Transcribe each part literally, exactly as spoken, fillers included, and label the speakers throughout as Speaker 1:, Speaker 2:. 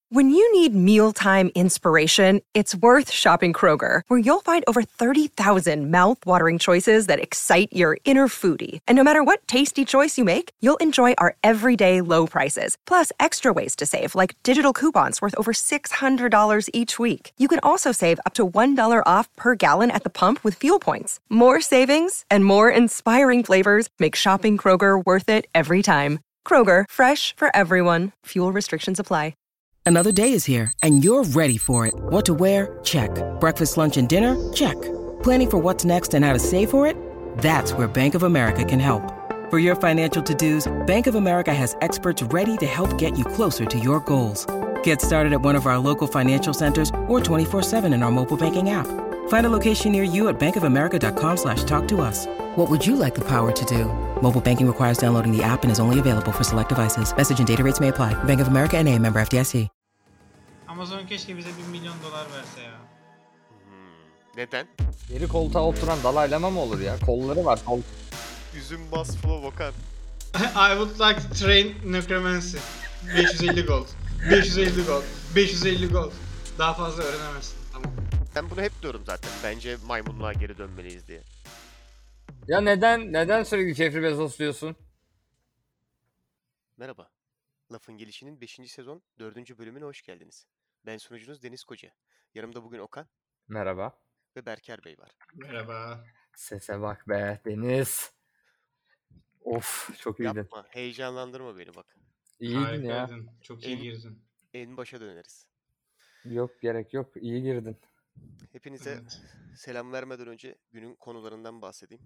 Speaker 1: When you need mealtime inspiration, it's worth shopping Kroger, where you'll find over thirty thousand mouth-watering choices that excite your inner foodie. And no matter what tasty choice you make, you'll enjoy our everyday low prices, plus extra ways to save, like digital coupons worth over six hundred dollars each week. You can also save up to one dollar off per gallon at the pump with fuel points. More savings and more inspiring flavors make shopping Kroger worth it every time. Kroger, fresh for everyone. Fuel restrictions apply.
Speaker 2: Another day is here, and you're ready for it. What to wear? Check. Breakfast, lunch, and dinner? Check. Planning for what's next and how to save for it? That's where Bank of America can help. For your financial to-dos, Bank of America has experts ready to help get you closer to your goals. Get started at one of our local financial centers or twenty-four seven in our mobile banking app. Find a location near you at bankofamerica.com slash talk to us. What would you like the power to do? Mobile banking requires downloading the app and is only available for select devices. Message and data rates may apply. Bank of America N A, member F D I C.
Speaker 3: Amazon keşke bize bir milyon dolar verse ya.
Speaker 4: Hmm, neden?
Speaker 5: Geri koltuğa oturan Dalai Lama mı olur ya? Kolları var. Kol...
Speaker 4: Üzüm bas flow bakar.
Speaker 3: I would like to train necromancy. beş yüz elli gold. beş yüz elli gold. beş yüz elli gold. Daha fazla öğrenemezsin. Tamam.
Speaker 4: Ben bunu hep diyorum zaten. Bence maymunluğa geri dönmeliyiz diye.
Speaker 5: Ya neden? Neden sürekli Jeffrey Bezos diyorsun?
Speaker 4: Merhaba. Lafın Gelişi'nin beşinci sezon dördüncü bölümüne hoş geldiniz. Ben sunucunuz Deniz Koca. Yanımda bugün Okan.
Speaker 5: Merhaba.
Speaker 4: Ve Berker Bey var.
Speaker 3: Merhaba.
Speaker 5: Sese bak be Deniz. Of çok iyiydin.
Speaker 4: Yapma. Heyecanlandırma beni bak.
Speaker 5: İyiydin ya.
Speaker 3: Harikaydın. Çok iyi
Speaker 4: En-
Speaker 3: girdin.
Speaker 4: En başa döneriz.
Speaker 5: Yok gerek yok. İyi girdin.
Speaker 4: Hepinize
Speaker 3: Evet.
Speaker 4: selam vermeden önce günün konularından bahsedeyim.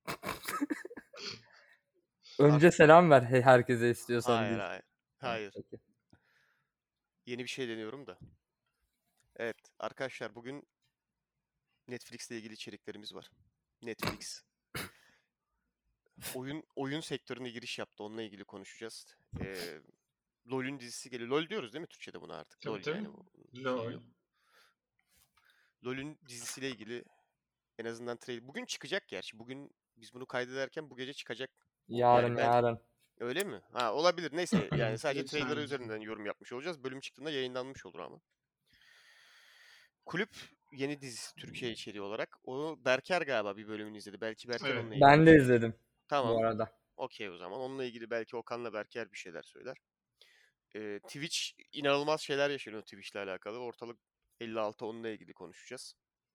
Speaker 5: Önce selam ver he- herkese istiyorsan.
Speaker 4: Hayır
Speaker 5: değil.
Speaker 4: hayır. Hayır.
Speaker 5: Peki.
Speaker 4: Yeni bir şey deniyorum da. Evet arkadaşlar bugün Netflix'le ilgili içeriklerimiz var. Netflix oyun oyun sektörüne giriş yaptı. Onunla ilgili konuşacağız. Ee, LoL'ün dizisi geliyor. LoL diyoruz değil mi Türkçe'de buna artık?
Speaker 3: Tabii,
Speaker 4: LoL
Speaker 3: tabii.
Speaker 4: yani. bu şey
Speaker 3: LoL.
Speaker 4: yok. LoL'ün dizisiyle ilgili en azından trailer. Bugün çıkacak gerçi. Bugün biz bunu kaydederken bu gece çıkacak.
Speaker 5: Yarın
Speaker 4: Yani ben-
Speaker 5: yarın.
Speaker 4: Öyle mi? Ha olabilir. Neyse yani sadece
Speaker 3: Lütfen,
Speaker 4: trailer
Speaker 3: lütfen.
Speaker 4: üzerinden yorum yapmış olacağız. Bölüm çıktığında yayınlanmış olur ama. Kulüp yeni dizisi Türkiye içeriği olarak. Onu Berker galiba bir bölümünü izledi. Belki Berker
Speaker 3: Evet.
Speaker 4: onunla ilgili.
Speaker 5: Ben de izledim
Speaker 4: Tamam.
Speaker 5: bu arada.
Speaker 4: Okey o zaman. Onunla ilgili belki Okan'la Berker bir şeyler söyler. Ee, Twitch inanılmaz şeyler yaşanıyor Twitch'le alakalı. Ortalık elli altı onunla ilgili konuşacağız.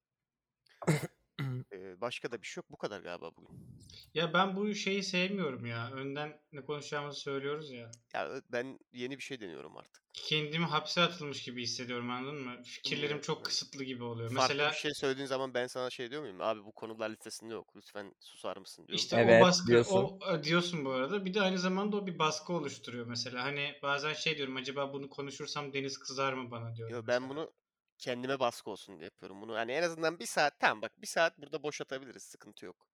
Speaker 4: Ee, başka da bir şey yok. Bu kadar galiba bugün.
Speaker 3: Ya ben bu şeyi sevmiyorum ya. Önden ne konuşacağımızı söylüyoruz ya.
Speaker 4: Ya ben yeni bir şey deniyorum artık.
Speaker 3: Kendimi hapse atılmış gibi hissediyorum, anladın mı? Fikirlerim
Speaker 4: Bilmiyorum,
Speaker 3: çok
Speaker 4: evet.
Speaker 3: kısıtlı gibi oluyor.
Speaker 4: Farklı
Speaker 3: Mesela
Speaker 4: bir şey söylediğin zaman ben sana şey diyor muyum? Abi bu konular listesinde yok. Lütfen susar mısın diyorum.
Speaker 3: işte
Speaker 5: Evet,
Speaker 3: o baskı
Speaker 5: diyorsun.
Speaker 3: o e, diyorsun bu arada. Bir de aynı zamanda o bir baskı oluşturuyor mesela. Hani bazen şey diyorum, acaba bunu konuşursam Deniz kızar mı bana diyorum.
Speaker 4: Yo, ben
Speaker 3: mesela.
Speaker 4: bunu kendime baskı olsun diye yapıyorum. Bunu hani en azından bir saat tamam bak bir saat burada boşatabiliriz. Sıkıntı yok.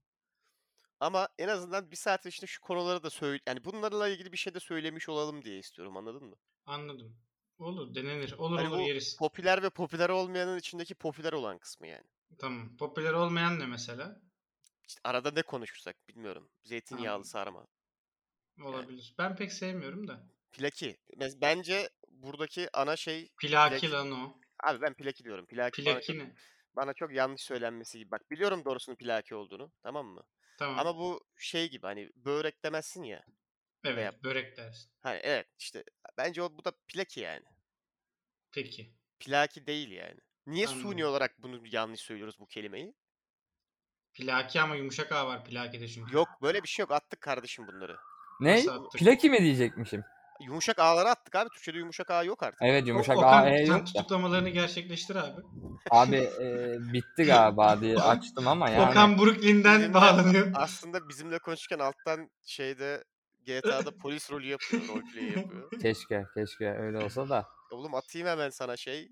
Speaker 4: Ama en azından bir saat işte şu konuları da söyle yani bunlarla ilgili bir şey de söylemiş olalım diye istiyorum. Anladın mı?
Speaker 3: Anladım. Olur, denenir. Olur
Speaker 4: Hani
Speaker 3: olur
Speaker 4: bu
Speaker 3: yeriz.
Speaker 4: popüler ve popüler olmayanın içindeki popüler olan kısmı yani.
Speaker 3: Tamam. Popüler olmayan ne mesela?
Speaker 4: İşte arada ne konuşursak bilmiyorum. Zeytinyağlı
Speaker 3: Anladım.
Speaker 4: sarma.
Speaker 3: Olabilir. Ben pek sevmiyorum da.
Speaker 4: Plaki. Mes- Bence buradaki ana şey
Speaker 3: Plaki
Speaker 4: plaki.
Speaker 3: lan o.
Speaker 4: Abi ben plaki diyorum. Plaki bana çok
Speaker 3: Plaki ne?
Speaker 4: bana çok yanlış söylenmesi gibi. Bak biliyorum doğrusunun plaki olduğunu. Tamam mı?
Speaker 3: Tamam.
Speaker 4: Ama bu şey gibi hani börek demezsin ya.
Speaker 3: Evet,
Speaker 4: veya-
Speaker 3: börek dersin.
Speaker 4: Hani evet işte bence o bu da plaki yani.
Speaker 3: Peki.
Speaker 4: Plaki değil yani. Niye
Speaker 3: Anladım.
Speaker 4: suni olarak bunu yanlış söylüyoruz bu kelimeyi?
Speaker 3: Plaki ama yumuşak A var plakide çünkü.
Speaker 4: Yok böyle bir şey yok. Attık kardeşim bunları.
Speaker 5: Ne?
Speaker 3: Nasıl attık?
Speaker 5: Plaki mi diyecekmişim?
Speaker 4: Yumuşak A'ları attık abi. Türkçe'de yumuşak A yok artık.
Speaker 5: Evet yumuşak
Speaker 3: O-
Speaker 5: A
Speaker 3: Okan
Speaker 5: E
Speaker 3: sen
Speaker 5: yok da.
Speaker 3: tutuklamalarını gerçekleştir abi.
Speaker 5: Abi e, bitti galiba diye açtım ama yani.
Speaker 3: Okan Brooklyn'den
Speaker 4: Bizimle-
Speaker 3: bağlanıyor.
Speaker 4: Aslında bizimle konuşurken alttan şeyde G T A'da polis rolü yapıyor. Roleplay yapıyor.
Speaker 5: Keşke keşke öyle olsa da.
Speaker 4: Oğlum atayım hemen sana şey.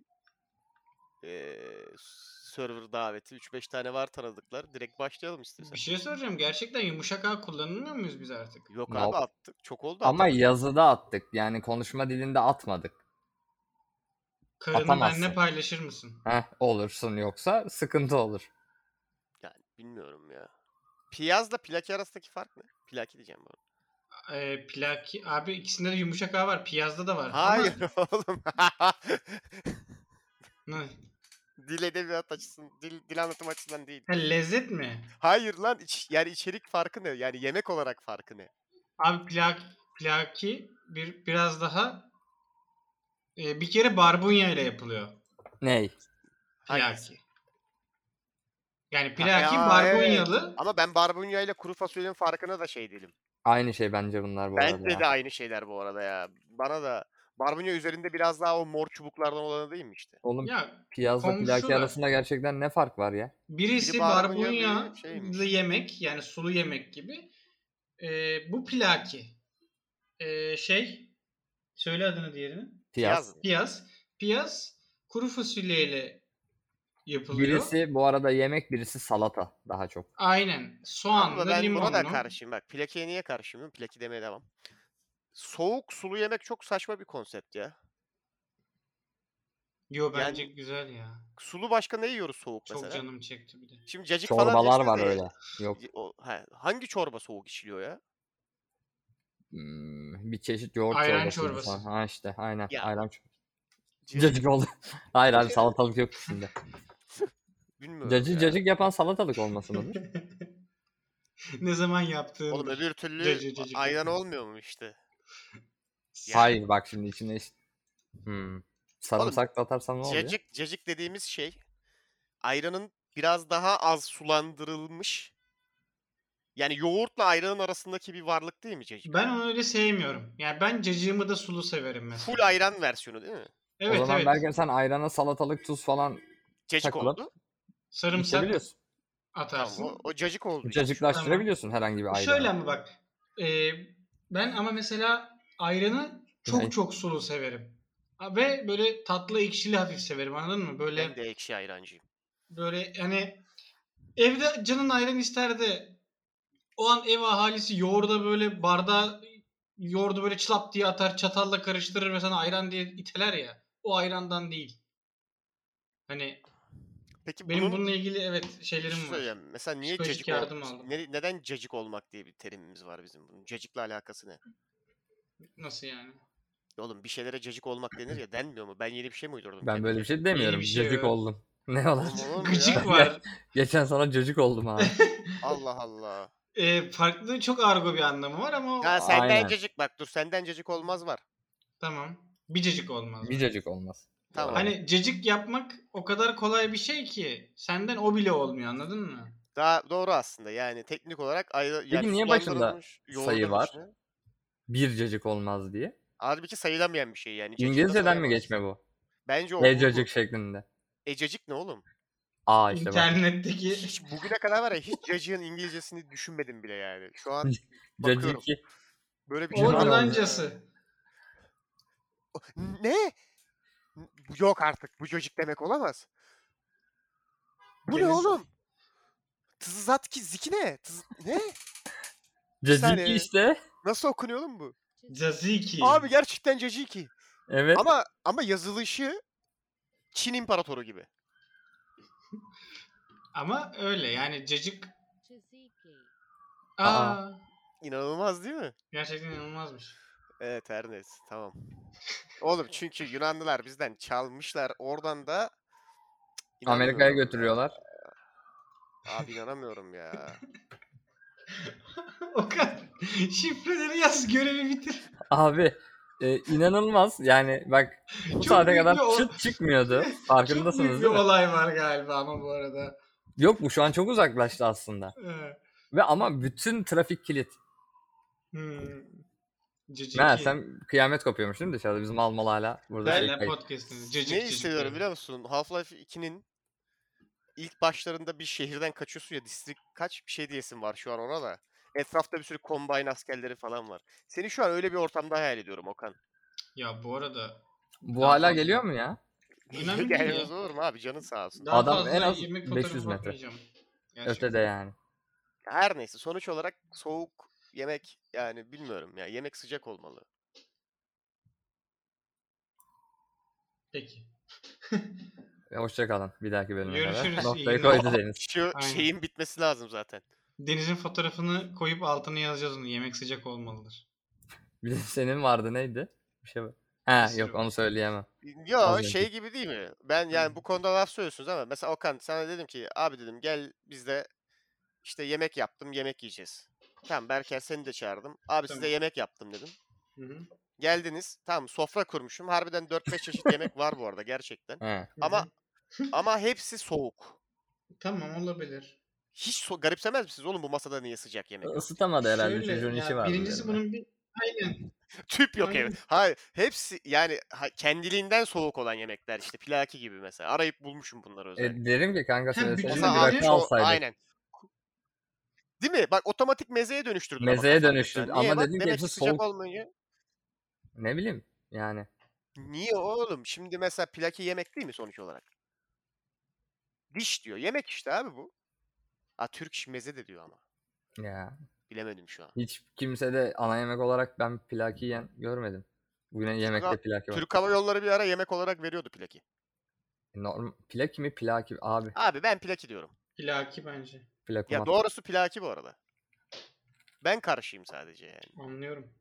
Speaker 4: Eee server daveti. üç beş tane var tanıdıklar. Direkt başlayalım istiyorsan.
Speaker 3: Bir şey soracağım. Gerçekten yumuşak A kullanılmıyor muyuz biz artık?
Speaker 4: Yok
Speaker 5: No.
Speaker 4: abi attık. Çok oldu
Speaker 5: Ama
Speaker 4: attık.
Speaker 5: yazıda attık. Yani konuşma dilinde atmadık.
Speaker 3: Karını
Speaker 5: Atamazsın.
Speaker 3: benimle paylaşır mısın?
Speaker 5: Heh, olursun yoksa sıkıntı olur.
Speaker 4: Yani bilmiyorum ya. Piyazla plaki arasındaki fark ne? Plaki diyeceğim bu arada.
Speaker 3: e, plaki abi ikisinde de yumuşak A var. Piyazda da var.
Speaker 4: Hayır
Speaker 3: Ama
Speaker 4: oğlum.
Speaker 3: ne?
Speaker 4: Dil edebiyat açısından, dil, dil anlatım açısından değil.
Speaker 3: Ha, lezzet mi?
Speaker 4: Hayır lan iç, yani içerik farkı ne? Yani yemek olarak farkı ne?
Speaker 3: Abi plak plaki bir biraz daha e, bir kere barbunya ile yapılıyor.
Speaker 5: Ney?
Speaker 4: Hangisi?
Speaker 3: Plaki. Yani
Speaker 4: Ha,
Speaker 3: plaki
Speaker 4: ya, evet.
Speaker 3: barbunyalı.
Speaker 4: Ama ben barbunya ile kuru fasulyenin farkına da şey değilim.
Speaker 5: Aynı şey bence bunlar bu arada
Speaker 4: Bence
Speaker 5: ya.
Speaker 4: de aynı şeyler bu arada ya. Bana da barbunya üzerinde biraz daha o mor çubuklardan olanı değil mi işte?
Speaker 5: Oğlum
Speaker 3: Ya
Speaker 5: piyazla plaki
Speaker 3: komşular.
Speaker 5: arasında gerçekten ne fark var ya?
Speaker 3: Birisi
Speaker 4: Biri barbunya, biri
Speaker 3: barbunyalı
Speaker 4: şeymiş.
Speaker 3: yemek yani sulu yemek gibi. E, bu plaki. E, şey söyle adını diğerini.
Speaker 5: Piyaz.
Speaker 4: Piyaz.
Speaker 3: Piyaz. Piyaz kuru fasulyeyle yapılıyor.
Speaker 5: Birisi bu arada yemek, birisi salata daha çok.
Speaker 3: Aynen. Soğanlı,
Speaker 4: Ama ben buna da
Speaker 3: limonlu.
Speaker 4: karşıyım. Bak plakiye niye karşıyım? Plaki demeye devam. Soğuk sulu yemek çok saçma bir konsept ya.
Speaker 3: Yo bence
Speaker 4: Yani
Speaker 3: güzel ya.
Speaker 4: sulu başka ne yiyoruz soğuk
Speaker 3: Çok
Speaker 4: mesela?
Speaker 3: canım çekti bir de.
Speaker 4: Şimdi cacık falan
Speaker 5: Çorbalar
Speaker 4: diyeceksiniz
Speaker 5: var
Speaker 4: de
Speaker 5: öyle. Yok.
Speaker 4: y- o, ha, hangi çorba soğuk içiliyor ya?
Speaker 5: Hmm, bir çeşit yoğurt
Speaker 3: Ayran
Speaker 5: çorbası.
Speaker 3: çorbası.
Speaker 5: Falan. Ha işte aynen.
Speaker 4: Ya
Speaker 5: Ayran çorbası.
Speaker 4: cacık
Speaker 5: Cacık oldu. Hayır abi salatalık yok içinde.
Speaker 4: bilmiyorum
Speaker 5: Cacık
Speaker 4: ya.
Speaker 5: cacık yapan salatalık olması mıdır?
Speaker 3: Ne zaman
Speaker 4: Oğlum
Speaker 3: yaptığındır.
Speaker 4: öbür türlü
Speaker 3: Cacık cacık
Speaker 4: ayran
Speaker 3: yapan.
Speaker 4: olmuyor mu işte? Yani
Speaker 5: Hayır bak şimdi içine işte. Hmm.
Speaker 4: oğlum
Speaker 5: Sarımsak da atarsan ne oluyor?
Speaker 4: cacık cacık dediğimiz şey ayranın biraz daha az sulandırılmış. Yani yoğurtla ayranın arasındaki bir varlık değil mi cacık?
Speaker 3: Ben onu öyle sevmiyorum. Yani ben cacığımı da sulu severim
Speaker 4: Full
Speaker 3: mesela.
Speaker 4: ayran versiyonu değil mi?
Speaker 5: O
Speaker 3: Evet
Speaker 5: zaman
Speaker 3: evet.
Speaker 5: belki sen ayrana salatalık, tuz falan
Speaker 4: Cacık
Speaker 5: takılıp
Speaker 4: oldu.
Speaker 3: Sarımsak
Speaker 5: içebiliyorsun.
Speaker 4: Tamam
Speaker 3: atarsın.
Speaker 4: o, o cacık oldu işte şu an.
Speaker 5: Cacıklaştırabiliyorsun herhangi bir
Speaker 3: Şöyle
Speaker 5: ayranı.
Speaker 3: ama bak. e, ben ama mesela ayranı çok
Speaker 5: Yani
Speaker 3: çok sulu severim. Ha, ve böyle tatlı ekşili hafif severim anladın mı?
Speaker 4: Ben
Speaker 3: Böyle
Speaker 4: de ekşi ayrancıyım.
Speaker 3: böyle hani evde canın ayran ister de o an ev ahalisi yoğurda böyle bardağı yoğurdu böyle çılap diye atar çatalla karıştırır ve sana ayran diye iteler ya. O ayrandan değil. Hani
Speaker 4: Peki
Speaker 3: benim
Speaker 4: bunun
Speaker 3: bununla ilgili evet
Speaker 4: bir şey
Speaker 3: şeylerim var.
Speaker 4: söyleyeceğim. Mesela niye
Speaker 3: Psikolojik
Speaker 4: cacık ol
Speaker 3: yardım aldım.
Speaker 4: ne- neden cacık olmak diye bir terimimiz var bizim bunun? Cacıkla alakası ne?
Speaker 3: Nasıl yani?
Speaker 4: Oğlum bir şeylere cacık olmak denir ya denmiyor mu? Ben yeni bir şey mi uydurdum
Speaker 5: ben
Speaker 4: kendi
Speaker 5: böyle bir
Speaker 4: kendime?
Speaker 5: şey
Speaker 3: Yeni
Speaker 5: demiyorum.
Speaker 3: bir şey
Speaker 5: Cacık
Speaker 3: ö-
Speaker 5: oldum. Ne olan?
Speaker 4: Oğlum olur mu
Speaker 3: Gıcık
Speaker 4: ya?
Speaker 3: var.
Speaker 5: Geçen sana cacık oldum abi.
Speaker 4: Allah Allah.
Speaker 3: E, farklı çok argo bir anlamı var ama o-
Speaker 4: Ya senden
Speaker 5: Aynen.
Speaker 4: cacık bak dur senden cacık olmaz var.
Speaker 3: tamam. Bir cacık olmaz.
Speaker 5: Bir
Speaker 3: var.
Speaker 5: cacık olmaz. Bu
Speaker 4: Tamam.
Speaker 5: arada.
Speaker 3: Hani cacık yapmak o kadar kolay bir şey ki senden o bile olmuyor anladın mı?
Speaker 4: Daha doğru aslında yani teknik olarak ayrı
Speaker 5: Peki
Speaker 4: yani
Speaker 5: niye başında
Speaker 4: sulandırılmış
Speaker 5: sayı
Speaker 4: yoğurdun
Speaker 5: var?
Speaker 4: içine.
Speaker 5: Bir cacık olmaz diye.
Speaker 4: Halbuki sayılamayan bir şey yani. Cacık da
Speaker 5: İngilizceden mi
Speaker 4: sayamazsın.
Speaker 5: geçme bu?
Speaker 4: Bence o vurgu.
Speaker 5: E-cacık şeklinde.
Speaker 4: Ecacık ne oğlum?
Speaker 5: Aa işte bak.
Speaker 3: İnternetteki
Speaker 4: Hiç bugüne kadar var ya hiç cacığın İngilizcesini düşünmedim bile yani. Şu an bakıyorum.
Speaker 5: Caciki.
Speaker 4: Böyle bir şey
Speaker 5: Var
Speaker 4: var
Speaker 5: mı?
Speaker 4: mı?
Speaker 3: Yunancası.
Speaker 4: Ne? Yok artık bu cacık demek olamaz. Bu ne
Speaker 3: Gene-
Speaker 4: oğlum? Tızatki ziki ne? Tız ne?
Speaker 5: Caciki
Speaker 4: saniye.
Speaker 5: işte.
Speaker 4: Nasıl okunuyor oğlum bu?
Speaker 3: Caziki.
Speaker 4: Abi gerçekten caciki.
Speaker 5: Evet.
Speaker 4: Ama ama yazılışı Çin İmparatoru gibi.
Speaker 3: Ama öyle yani cacık.
Speaker 5: Aa.
Speaker 3: Aa,
Speaker 4: İnanılmaz değil mi?
Speaker 3: gerçekten inanılmazmış.
Speaker 4: Evet her neyse tamam. Oğlum çünkü Yunanlılar bizden çalmışlar. Oradan da Cık,
Speaker 5: Amerika'ya
Speaker 4: inanmıyorum ya.
Speaker 5: götürüyorlar.
Speaker 4: Abi inanamıyorum ya.
Speaker 3: Okan şifreleri yaz görevi bitir.
Speaker 5: Abi e, inanılmaz. Yani bak bu
Speaker 3: Çok
Speaker 5: saate
Speaker 3: büyük
Speaker 5: kadar
Speaker 3: bir o-
Speaker 5: çıt çıkmıyordu.
Speaker 3: Çok
Speaker 5: Farkındasınız
Speaker 3: büyük bir
Speaker 5: değil mi?
Speaker 3: olay var galiba ama bu arada.
Speaker 5: Yok bu şu an çok uzaklaştı aslında.
Speaker 3: Ee,
Speaker 5: Ve ama bütün trafik kilit.
Speaker 3: Hmm. Caciki.
Speaker 5: Meğersem kıyamet kopuyormuş değil mi dışarıda? Bizim Almalı hala burada şey
Speaker 3: Hala
Speaker 5: kayıt.
Speaker 3: podcast'imiz. Cacık
Speaker 4: Ne
Speaker 3: cacık
Speaker 4: hissediyorum
Speaker 3: diyorum.
Speaker 4: biliyor musun? Half-Life ikinin ilk başlarında bir şehirden kaçıyorsun ya. District kaç bir şey diyesin var şu an ona da. Etrafta bir sürü combine askerleri falan var. Seni şu an öyle bir ortamda hayal ediyorum Okan.
Speaker 3: Ya bu arada
Speaker 5: Bu
Speaker 3: Daha
Speaker 5: hala
Speaker 3: fazla.
Speaker 5: geliyor mu ya?
Speaker 3: Önemli değil
Speaker 4: Gelmez
Speaker 3: ya.
Speaker 4: olur mu abi canın sağ olsun.
Speaker 3: daha
Speaker 5: Adam
Speaker 3: fazla
Speaker 5: en az
Speaker 3: yemek
Speaker 5: beş yüz
Speaker 3: fotoğrafı
Speaker 5: metre.
Speaker 3: bakmayacağım. Gerçekten.
Speaker 5: Ötede yani.
Speaker 4: Her neyse sonuç olarak soğuk yemek yani bilmiyorum ya yemek sıcak olmalı.
Speaker 3: Peki.
Speaker 5: E, Hoşça kalın. Bir dahaki bölüme kadar.
Speaker 3: Görüşürüz, iyi
Speaker 5: Noktayı
Speaker 3: günler.
Speaker 5: koydu Deniz.
Speaker 4: Şu
Speaker 3: Aynen.
Speaker 4: şeyin bitmesi lazım zaten.
Speaker 3: Deniz'in fotoğrafını koyup altına yazacağız onu. Yemek sıcak olmalıdır.
Speaker 5: Bir de senin vardı neydi? Bir şey var. Ha
Speaker 3: Bir
Speaker 5: yok
Speaker 3: sürü
Speaker 5: onu
Speaker 3: var.
Speaker 5: söyleyemem.
Speaker 4: Yo
Speaker 5: Az
Speaker 4: şey
Speaker 5: önce.
Speaker 4: gibi değil mi? Ben yani bu konuda laf söylüyorsunuz ama mesela Okan sana dedim ki abi dedim gel biz de işte yemek yaptım yemek yiyeceğiz. Tamam Berker seni de çağırdım. Abi size
Speaker 3: Tamam.
Speaker 4: yemek yaptım dedim.
Speaker 3: Hı hı.
Speaker 4: Geldiniz. Tamam sofra kurmuşum. Harbiden dört beş çeşit yemek var bu arada gerçekten.
Speaker 5: He.
Speaker 4: Ama ama hepsi soğuk.
Speaker 3: Tamam olabilir.
Speaker 4: Hiç so- garipsemez misiniz oğlum bu masada niye sıcak yemek yok diye?
Speaker 5: Isıtamadı herhalde.
Speaker 3: Şöyle
Speaker 5: Çocuğun işi
Speaker 3: ya
Speaker 5: vardı
Speaker 3: birincisi
Speaker 5: derler.
Speaker 3: bunun bir aynen.
Speaker 4: Tüp yok ev.
Speaker 3: Aynen.
Speaker 4: Hayır. Hepsi yani ha- kendiliğinden soğuk olan yemekler işte pilaki gibi mesela. Arayıp bulmuşum bunları özellikle.
Speaker 5: E, derim ki kanka
Speaker 3: Ha,
Speaker 5: söyleseydin
Speaker 3: bütün
Speaker 4: Mesela
Speaker 5: bir
Speaker 4: abi
Speaker 3: ürünü-
Speaker 5: rakı
Speaker 4: şu
Speaker 5: alsaydık.
Speaker 4: aynen. Değil mi? Bak otomatik mezeye dönüştürdün ama
Speaker 5: Mezeye
Speaker 4: kafan
Speaker 5: dönüştü.
Speaker 4: mesela. Niye
Speaker 5: Ama
Speaker 4: bak
Speaker 5: dedim ki
Speaker 4: demek
Speaker 5: hepsi
Speaker 4: ki sıcak
Speaker 5: soğuk.
Speaker 4: olmayınca.
Speaker 5: Ne bileyim yani.
Speaker 4: Niye oğlum? Şimdi mesela pilaki yemek değil mi sonuç olarak? Diş diyor. Yemek işte abi bu. Ha Türk iş meze de diyor ama.
Speaker 5: Ya.
Speaker 4: Bilemedim şu an.
Speaker 5: Hiç kimse de ana yemek olarak ben pilaki yiyen görmedim. Bugün yemekte pilaki var.
Speaker 4: Türk Hava Yolları bir ara yemek olarak veriyordu pilaki.
Speaker 5: Normal pilaki mi pilaki abi?
Speaker 4: Abi ben pilaki diyorum.
Speaker 3: Pilaki bence.
Speaker 5: Plaku
Speaker 4: Ya
Speaker 5: mat-
Speaker 4: doğrusu pilaki bu arada. Ben karışayım sadece yani.
Speaker 3: Anlıyorum.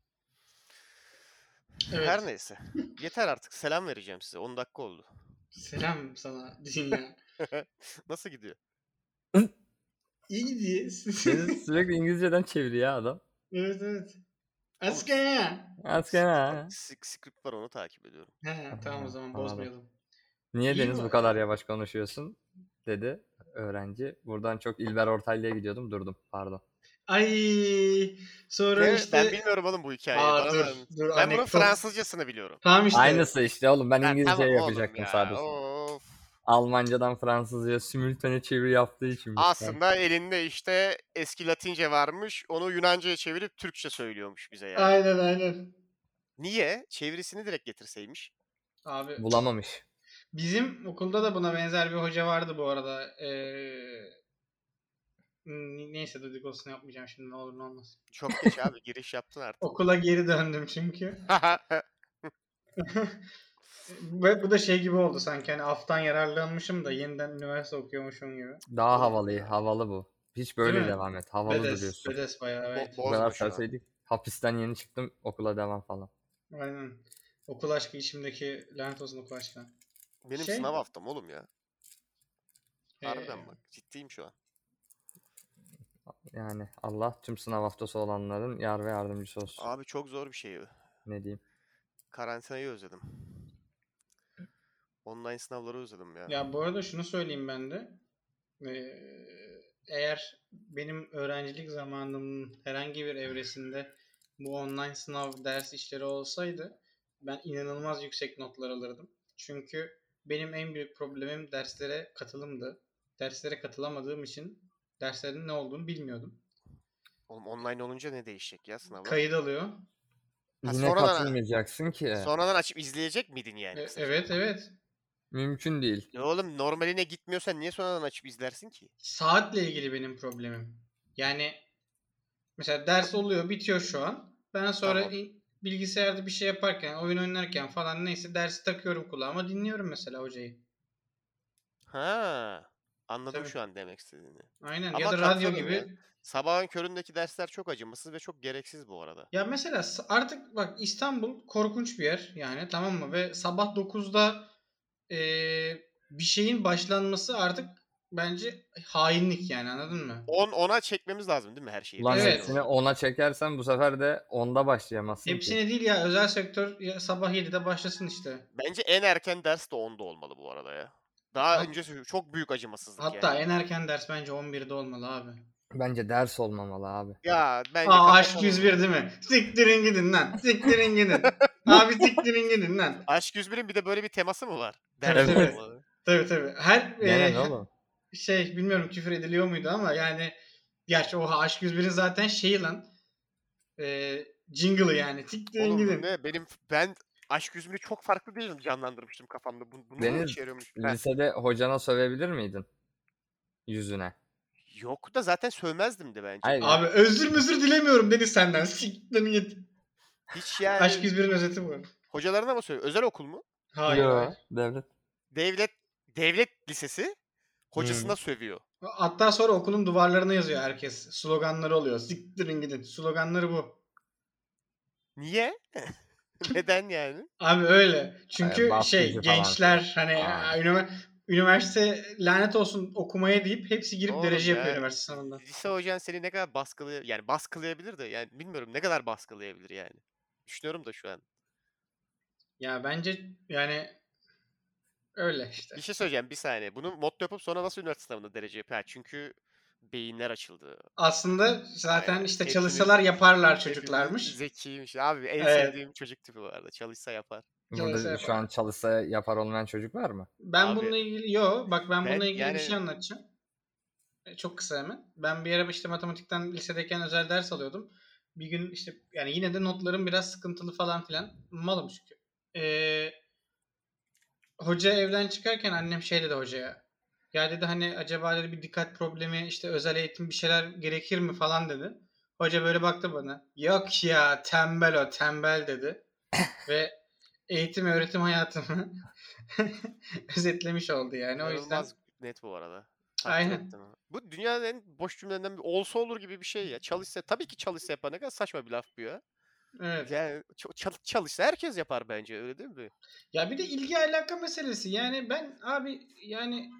Speaker 4: Her
Speaker 3: Evet.
Speaker 4: neyse. Yeter artık. Selam vereceğim size. on dakika oldu.
Speaker 3: Selam sana dünya.
Speaker 4: Nasıl gidiyor?
Speaker 3: İyi gidiyor.
Speaker 5: Beni sürekli İngilizceden çeviriyor ya adam.
Speaker 3: Evet evet. Asker.
Speaker 5: Asker ha.
Speaker 4: Script, script var onu takip ediyorum.
Speaker 3: He tamam o zaman
Speaker 5: Anladım.
Speaker 3: bozmayalım.
Speaker 5: Niye
Speaker 3: İyi
Speaker 5: Deniz
Speaker 3: bu-
Speaker 5: bu kadar yavaş konuşuyorsun? Dedi öğrenci. Buradan çok İlber Ortaylı'ya gidiyordum durdum. Pardon.
Speaker 3: Ay sonra
Speaker 4: Ne?
Speaker 3: işte.
Speaker 4: Ben bilmiyorum oğlum bu hikayeyi.
Speaker 3: Aa,
Speaker 4: Bana
Speaker 3: dur,
Speaker 4: da-
Speaker 3: dur,
Speaker 4: ben bunun
Speaker 3: anekdot.
Speaker 4: Fransızcasını biliyorum.
Speaker 3: Tamam işte.
Speaker 5: Aynısı işte oğlum ben
Speaker 4: Ha,
Speaker 5: İngilizce
Speaker 4: tamam oğlum
Speaker 5: yapacaktım
Speaker 4: ya.
Speaker 5: sadece.
Speaker 4: Of.
Speaker 5: Almancadan Fransızca'ya simultane çeviri yaptığı için.
Speaker 4: Aslında elinde işte eski Latince varmış. Onu Yunanca'ya çevirip Türkçe söylüyormuş bize yani.
Speaker 3: Aynen aynen.
Speaker 4: Niye? Çevirisini direkt getirseymiş.
Speaker 3: Abi
Speaker 5: Bulamamış.
Speaker 3: bizim okulda da buna benzer bir hoca vardı bu arada. Ee, n- neyse dedikodusunu yapmayacağım şimdi ne olur ne olmaz.
Speaker 4: Çok geç abi giriş yaptın artık.
Speaker 3: Okula geri döndüm çünkü. Ve bu da şey gibi oldu sanki hani aftan yararlanmışım da yeniden üniversite okuyormuşum gibi.
Speaker 5: Daha havalı, havalı bu. Hiç böyle
Speaker 3: Değil mi?
Speaker 5: devam et. Havalı
Speaker 3: Bedes,
Speaker 5: duruyorsun.
Speaker 3: Bedes bayağı
Speaker 4: Bo-
Speaker 3: evet.
Speaker 5: Bu
Speaker 4: bozma
Speaker 5: kadar
Speaker 4: şu an.
Speaker 5: serseydik. Hapisten yeni çıktım okula devam falan.
Speaker 3: Aynen. Okul aşkı içimdeki lanet olsun okul aşkına.
Speaker 4: Benim
Speaker 3: Şey-
Speaker 4: sınav haftam oğlum ya. Harbiden
Speaker 3: Ee,
Speaker 4: bak. Ciddiyim şu an.
Speaker 5: Yani Allah tüm sınav haftası olanların yar ve yardımcısı olsun.
Speaker 4: Abi çok zor bir şey.
Speaker 5: Ne diyeyim.
Speaker 4: Karantinayı özledim. Online sınavları özledim ya.
Speaker 3: Ya bu arada şunu söyleyeyim ben de. Ee, eğer benim öğrencilik zamanımın herhangi bir evresinde bu online sınav ders işleri olsaydı ben inanılmaz yüksek notlar alırdım. Çünkü benim en büyük problemim derslere katılımdı. Derslere katılamadığım için derslerin ne olduğunu bilmiyordum.
Speaker 4: Oğlum online olunca ne değişecek ya sınavlar?
Speaker 3: Kayıt alıyor.
Speaker 4: Ha,
Speaker 5: Yine
Speaker 4: sonradan-
Speaker 5: katılmayacaksın ki.
Speaker 4: Sonradan açıp izleyecek miydin yani?
Speaker 3: E-
Speaker 4: kısaca?
Speaker 3: evet evet.
Speaker 5: Mümkün değil.
Speaker 4: Ya oğlum normaline gitmiyorsan niye sonradan açıp izlersin ki?
Speaker 3: Saatle ilgili benim problemim. Yani mesela ders oluyor, bitiyor şu an. Ben sonra
Speaker 4: Tamam.
Speaker 3: i- bilgisayarda bir şey yaparken, oyun oynarken falan neyse dersi takıyorum kulağıma, dinliyorum mesela hocayı.
Speaker 4: Ha, anladım
Speaker 3: Tabii.
Speaker 4: şu an demek istediğini.
Speaker 3: Aynen
Speaker 4: Ama
Speaker 3: ya da radyo
Speaker 4: katılıyorum
Speaker 3: gibi.
Speaker 4: ya. Sabahın köründeki dersler çok acımasız ve çok gereksiz bu arada.
Speaker 3: Ya mesela s- artık bak İstanbul korkunç bir yer yani tamam mı? Ve sabah dokuzda eee, bir şeyin başlanması artık bence hainlik yani anladın mı?
Speaker 4: on ona çekmemiz lazım değil mi her şeyi?
Speaker 5: Ulan
Speaker 3: Evet.
Speaker 5: hepsini ona çekersen bu sefer de onda başlayamazsın ki.
Speaker 3: Hepsine değil ya özel sektör ya sabah yedide başlasın işte.
Speaker 4: Bence en erken ders de onda olmalı bu arada ya. Daha
Speaker 3: Hat-
Speaker 4: öncesi çok büyük acımasızlık
Speaker 3: Hatta
Speaker 4: yani.
Speaker 3: en erken ders bence on birde olmalı abi.
Speaker 5: Bence ders olmamalı abi.
Speaker 4: Ya bence
Speaker 3: Aa
Speaker 4: kapat
Speaker 3: aşk
Speaker 4: onu.
Speaker 3: yüz bir değil mi? Siktirin gidin lan. Siktirin gidin. Abi siktirin gidin lan.
Speaker 4: Aşk yüz bir'in bir de böyle bir teması mı var?
Speaker 3: Tabii,
Speaker 4: Ders
Speaker 5: tabii.
Speaker 4: olmalı.
Speaker 3: Tabii tabii. Her
Speaker 5: Gene
Speaker 3: e,
Speaker 5: ne oğlum?
Speaker 3: şey bilmiyorum küfür ediliyor muydu ama yani gerçi oha aşk yüz birin zaten şeyi lan. E, jingle'ı yani. Siktirin
Speaker 4: Oğlum bu
Speaker 3: gidin.
Speaker 4: ne? Benim ben Aşk yüz bir'i çok farklı değil canlandırmıştım kafamda. Bu, bunu mu
Speaker 5: Deniz,
Speaker 4: işe yarıyormuş? Heh.
Speaker 5: lisede hocana sövebilir miydin? Yüzüne.
Speaker 4: Yok da zaten sövmezdim de bence.
Speaker 5: Hayır.
Speaker 3: Abi özür müzür dilemiyorum Deniz senden. Siktirin git.
Speaker 4: Hiç yani
Speaker 3: Aşk yüz birin özeti bu.
Speaker 4: hocalarına mı söylüyor? Özel okul mu?
Speaker 3: Hayır.
Speaker 5: Yo,
Speaker 3: hayır.
Speaker 5: devlet.
Speaker 4: Devlet devlet lisesi hocasına
Speaker 5: Hmm.
Speaker 4: sövüyor.
Speaker 3: Hatta sonra okulun duvarlarına yazıyor herkes. Sloganları oluyor. Siktirin gidin. Sloganları bu.
Speaker 4: Niye? Neden yani?
Speaker 3: Abi öyle.
Speaker 5: Ee,
Speaker 3: Çünkü
Speaker 5: baskıcı
Speaker 3: şey
Speaker 5: falan
Speaker 3: gençler hani
Speaker 5: Aa.
Speaker 3: ünivers- üniversite lanet olsun okumaya deyip hepsi girip
Speaker 4: Oğlum
Speaker 3: derece yapıyor
Speaker 4: ya
Speaker 3: üniversite sınavında.
Speaker 4: lise hocan seni ne kadar baskılay yani baskılayabilir de yani bilmiyorum ne kadar baskılayabilir yani. Düşünüyorum da şu an.
Speaker 3: Ya bence yani öyle
Speaker 4: Bir
Speaker 3: işte.
Speaker 4: şey söyleyeceğim bir saniye. Bunu mod yapıp sonra nasıl üniversite sınavında derece yapıyor? Ha, çünkü beyinler açıldı.
Speaker 3: Aslında zaten
Speaker 4: Aynen.
Speaker 3: işte
Speaker 4: Hepimiz
Speaker 3: çalışsalar yaparlar
Speaker 4: hepimiz
Speaker 3: çocuklarmış.
Speaker 4: zekiymiş. Abi en
Speaker 3: Evet.
Speaker 4: sevdiğim çocuk tipi bu arada. Çalışsa yapar.
Speaker 3: Çalışsa
Speaker 5: Burada şu an
Speaker 3: yaparlar.
Speaker 5: çalışsa yapar olmayan çocuk var mı?
Speaker 3: Ben
Speaker 4: Abi
Speaker 3: bununla ilgili yo bak ben bununla
Speaker 4: ben
Speaker 3: ilgili bir şey
Speaker 4: yani
Speaker 3: anlatacağım. E, Çok kısa hemen. Ben bir ara işte matematikten lisedeyken özel ders alıyordum. Bir gün işte yani yine de notlarım biraz sıkıntılı falan filan. Malım çünkü. Ee, hoca evden çıkarken annem şey dedi hocaya. Ya dedi hani acaba dedi bir dikkat problemi işte özel eğitim bir şeyler gerekir mi falan dedi. Hoca böyle baktı bana. Yok ya tembel o tembel dedi. Ve eğitim öğretim hayatımı özetlemiş oldu yani. O yüzden
Speaker 4: inanılmaz net bu arada. Takdir
Speaker 3: aynen.
Speaker 4: ettim. Bu dünyanın en boş cümlelerinden bir olsa olur gibi bir şey ya. Çalışsa tabii ki çalışsa yapar. Ne kadar saçma bir laf bu ya.
Speaker 3: Evet.
Speaker 4: Yani ç- çal- çalışsa herkes yapar bence öyle değil mi?
Speaker 3: Ya bir de ilgi alaka meselesi. Yani ben abi yani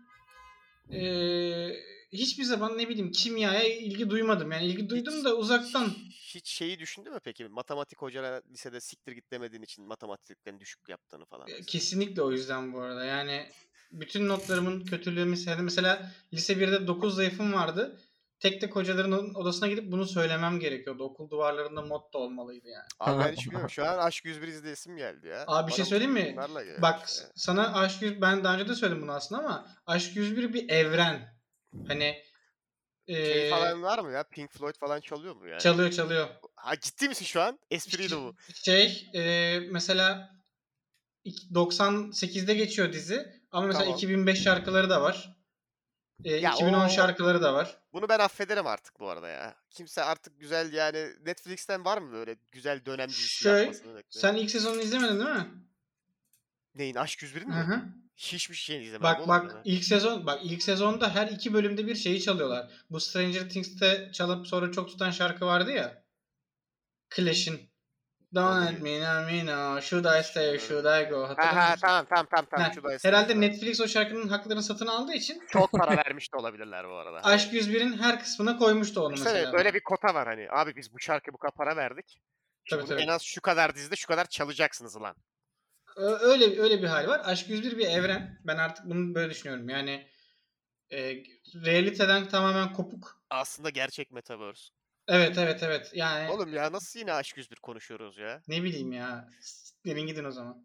Speaker 3: eee, hiçbir zaman ne bileyim kimyaya ilgi duymadım. Yani ilgi duydum
Speaker 4: Hiç
Speaker 3: da uzaktan.
Speaker 4: hiç şeyi düşündü mü peki? Matematik hocana lisede siktir git demediğin için matematikten düşük yaptığını falan
Speaker 3: E,
Speaker 4: mesela.
Speaker 3: Kesinlikle o yüzden bu arada. Yani bütün notlarımın kötülüğümü sevdim. Mesela lise birde dokuz zayıfım vardı. Tek tek hocaların odasına gidip bunu söylemem gerekiyordu. Okul duvarlarında motto olmalıydı yani.
Speaker 4: Abi ben hiç bilmiyorum. Şu an Aşk yüz bir izleyesim geldi ya.
Speaker 3: Abi bir şey
Speaker 4: Bana
Speaker 3: söyleyeyim mi?
Speaker 4: bunlarla
Speaker 3: Bak
Speaker 4: gelmiş ya.
Speaker 3: sana Aşk yüz ben daha önce de söyledim bunu aslında ama Aşk yüz bir bir evren. Hani
Speaker 4: Şey
Speaker 3: eee,
Speaker 4: falan var mı ya? Pink Floyd falan çalıyor mu yani?
Speaker 3: çalıyor çalıyor.
Speaker 4: Ha ciddi misin şu an? Espriydi bu.
Speaker 3: Şey eee, mesela iki- doksan sekizde geçiyor dizi ama mesela
Speaker 4: Tamam.
Speaker 3: iki bin beş şarkıları da var. Eee,
Speaker 4: Ya
Speaker 3: iki bin on
Speaker 4: o
Speaker 3: şarkıları da var.
Speaker 4: bunu ben affederim artık bu arada ya. Kimse artık güzel yani Netflix'ten var mı böyle güzel dönem dizisi
Speaker 3: Şöyle
Speaker 4: yapmasını bekleyen?
Speaker 3: sen ilk sezonunu izlemedin değil mi?
Speaker 4: Neyin? Aşk yüz birin
Speaker 3: Hı
Speaker 4: mi?
Speaker 3: hı.
Speaker 4: Hiçbir şeyini izlemedim
Speaker 3: Bak
Speaker 4: oğlum
Speaker 3: bak
Speaker 4: ben.
Speaker 3: ilk sezon bak ilk sezonda her iki bölümde bir şeyi çalıyorlar. Bu Stranger Things'te çalıp sonra çok tutan şarkı vardı ya. Clash'in.
Speaker 4: O
Speaker 3: Don't let
Speaker 4: neyi?
Speaker 3: me know, me know. Should I stay, should
Speaker 4: Düşünüyorum.
Speaker 3: I go?
Speaker 4: Ha
Speaker 3: Hatırlamıyor
Speaker 4: ha
Speaker 3: musun?
Speaker 4: tamam tamam tamam tamam.
Speaker 3: Heh.
Speaker 4: Şu da
Speaker 3: Herhalde
Speaker 4: estağfurullah.
Speaker 3: Netflix o şarkının haklarını satın aldığı için
Speaker 4: Çok para vermiş de olabilirler bu arada hani.
Speaker 3: Aşk yüz birin her kısmına koymuştu onu
Speaker 4: Düşünsene
Speaker 3: mesela.
Speaker 4: böyle bir kota var hani. Abi biz bu şarkıya bu kadar para verdik. İşte
Speaker 3: Tabii
Speaker 4: bunu en
Speaker 3: tabii.
Speaker 4: az şu kadar dizide şu kadar çalacaksınız lan.
Speaker 3: Ö- Öyle öyle bir hal var. Aşk yüz bir bir evren. Ben artık bunu böyle düşünüyorum. Yani e, realiteden tamamen kopuk.
Speaker 4: Aslında gerçek metaverse.
Speaker 3: Evet evet evet. Yani
Speaker 4: Oğlum ya nasıl yine Aşk yüz bir konuşuyoruz ya?
Speaker 3: ne bileyim ya. Gelin gidin o zaman.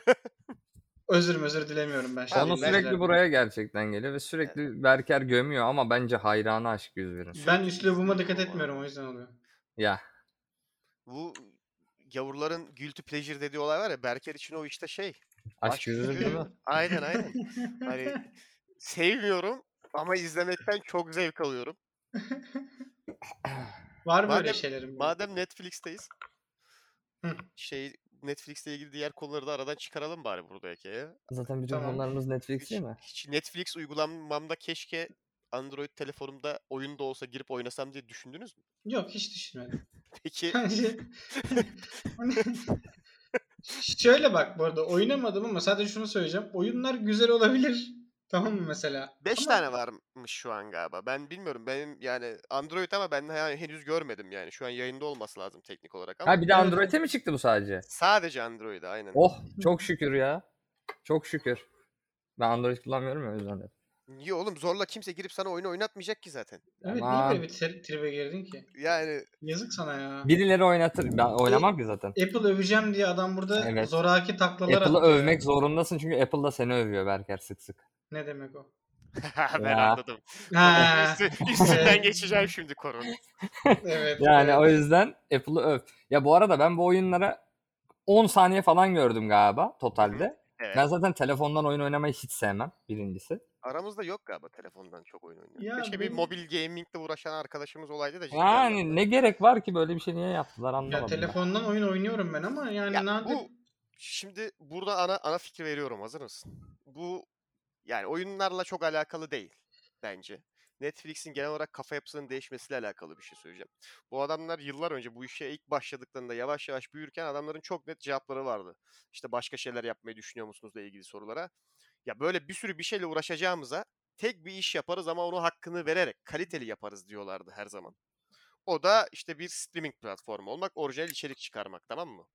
Speaker 3: Özür özür dilemiyorum ben şimdi
Speaker 4: Abi
Speaker 5: Konu
Speaker 4: ben
Speaker 5: sürekli
Speaker 3: dinleyicilerden.
Speaker 5: buraya gerçekten geliyor ve sürekli Berker gömüyor ama bence hayranı Aşk yüz birin.
Speaker 3: Ben
Speaker 4: sürekli
Speaker 3: üslubuma dikkat
Speaker 4: izliyorum
Speaker 3: etmiyorum
Speaker 4: ama.
Speaker 3: o yüzden oluyor.
Speaker 5: Ya
Speaker 4: Bu gavurların guilty pleasure dediği olay var ya Berker için o işte şey.
Speaker 5: Aşk
Speaker 4: Aşk
Speaker 5: yüz bir değil
Speaker 4: yüzü
Speaker 5: mi?
Speaker 4: aynen aynen. Hani sevmiyorum ama izlemekten çok zevk alıyorum.
Speaker 3: Var böyle
Speaker 4: Madem
Speaker 3: şeylerim benim.
Speaker 4: madem Netflix'teyiz
Speaker 3: Hı,
Speaker 4: şey Netflix'le ilgili diğer konuları da aradan çıkaralım bari buradaki ya.
Speaker 5: Zaten bütün
Speaker 3: tamam.
Speaker 5: konularımız Netflix değil
Speaker 4: Hiç,
Speaker 5: mi?
Speaker 4: hiç Netflix uygulamamda keşke Android telefonumda oyun da olsa girip oynasam diye düşündünüz mü?
Speaker 3: Yok hiç düşünmedim.
Speaker 4: Peki
Speaker 3: Bence hani şöyle bak bu arada oynamadım ama sadece şunu söyleyeceğim. Oyunlar güzel olabilir. Tamam mı mesela?
Speaker 4: beş
Speaker 3: Ama
Speaker 4: tane varmış şu an galiba. Ben bilmiyorum. Benim yani Android ama ben he- henüz görmedim yani. Şu an yayında olması lazım teknik olarak ama
Speaker 5: Ha bir de
Speaker 3: evet
Speaker 5: Android'e mi çıktı bu sadece?
Speaker 4: sadece Android'e aynen.
Speaker 5: Oh çok şükür ya. Çok şükür. Ben Android kullanmıyorum ya o yüzden de.
Speaker 4: Niye oğlum zorla kimse girip sana oyunu oynatmayacak ki zaten.
Speaker 3: evet niye böyle
Speaker 5: Aman.
Speaker 3: bir tri- tribe girdin ki?
Speaker 4: Yani
Speaker 3: Yazık sana ya.
Speaker 5: Birileri oynatır. Ben
Speaker 3: E,
Speaker 5: oynamam ki zaten.
Speaker 3: Apple öveceğim diye adam burada
Speaker 5: Evet.
Speaker 3: zoraki taklalar
Speaker 5: Apple'ı
Speaker 3: attı ya.
Speaker 5: övmek zorundasın çünkü Apple da seni övüyor Berker sık sık.
Speaker 3: Ne demek o?
Speaker 4: ben
Speaker 5: Ya.
Speaker 4: anladım. Konunun
Speaker 3: Ha,
Speaker 4: üstü, üstünden
Speaker 3: evet,
Speaker 4: geçeceğim şimdi konunun.
Speaker 3: evet,
Speaker 5: Yani o
Speaker 3: evet.
Speaker 5: yüzden Apple'ı öv. Ya bu arada ben bu oyunlara on saniye falan gördüm galiba totalde.
Speaker 4: Evet.
Speaker 5: Ben zaten telefondan oyun oynamayı hiç sevmem birincisi.
Speaker 4: Aramızda yok galiba telefondan çok oyun oynayan.
Speaker 3: Ya
Speaker 4: Keşke bir
Speaker 3: benim
Speaker 4: mobil gamingle uğraşan arkadaşımız olaydı da ciddi
Speaker 5: Yani
Speaker 4: anlamda.
Speaker 5: ne gerek var ki böyle bir şey niye yaptılar
Speaker 3: ya
Speaker 5: anlamadım ben.
Speaker 3: telefondan oyun oynuyorum ben ama
Speaker 4: Ya
Speaker 3: yani nadir.
Speaker 4: bu şimdi burada ana ana fikri veriyorum hazır mısın? Bu yani oyunlarla çok alakalı değil bence. Netflix'in genel olarak kafa yapısının değişmesiyle alakalı bir şey söyleyeceğim. Bu adamlar yıllar önce bu işe ilk başladıklarında yavaş yavaş büyürken adamların çok net cevapları vardı. İşte başka şeyler yapmayı düşünüyor musunuzla ilgili sorulara. Ya böyle bir sürü bir şeyle uğraşacağımıza tek bir iş yaparız ama onu hakkını vererek kaliteli yaparız diyorlardı her zaman. O da işte bir streaming platformu olmak, orijinal içerik çıkarmak, tamam mı?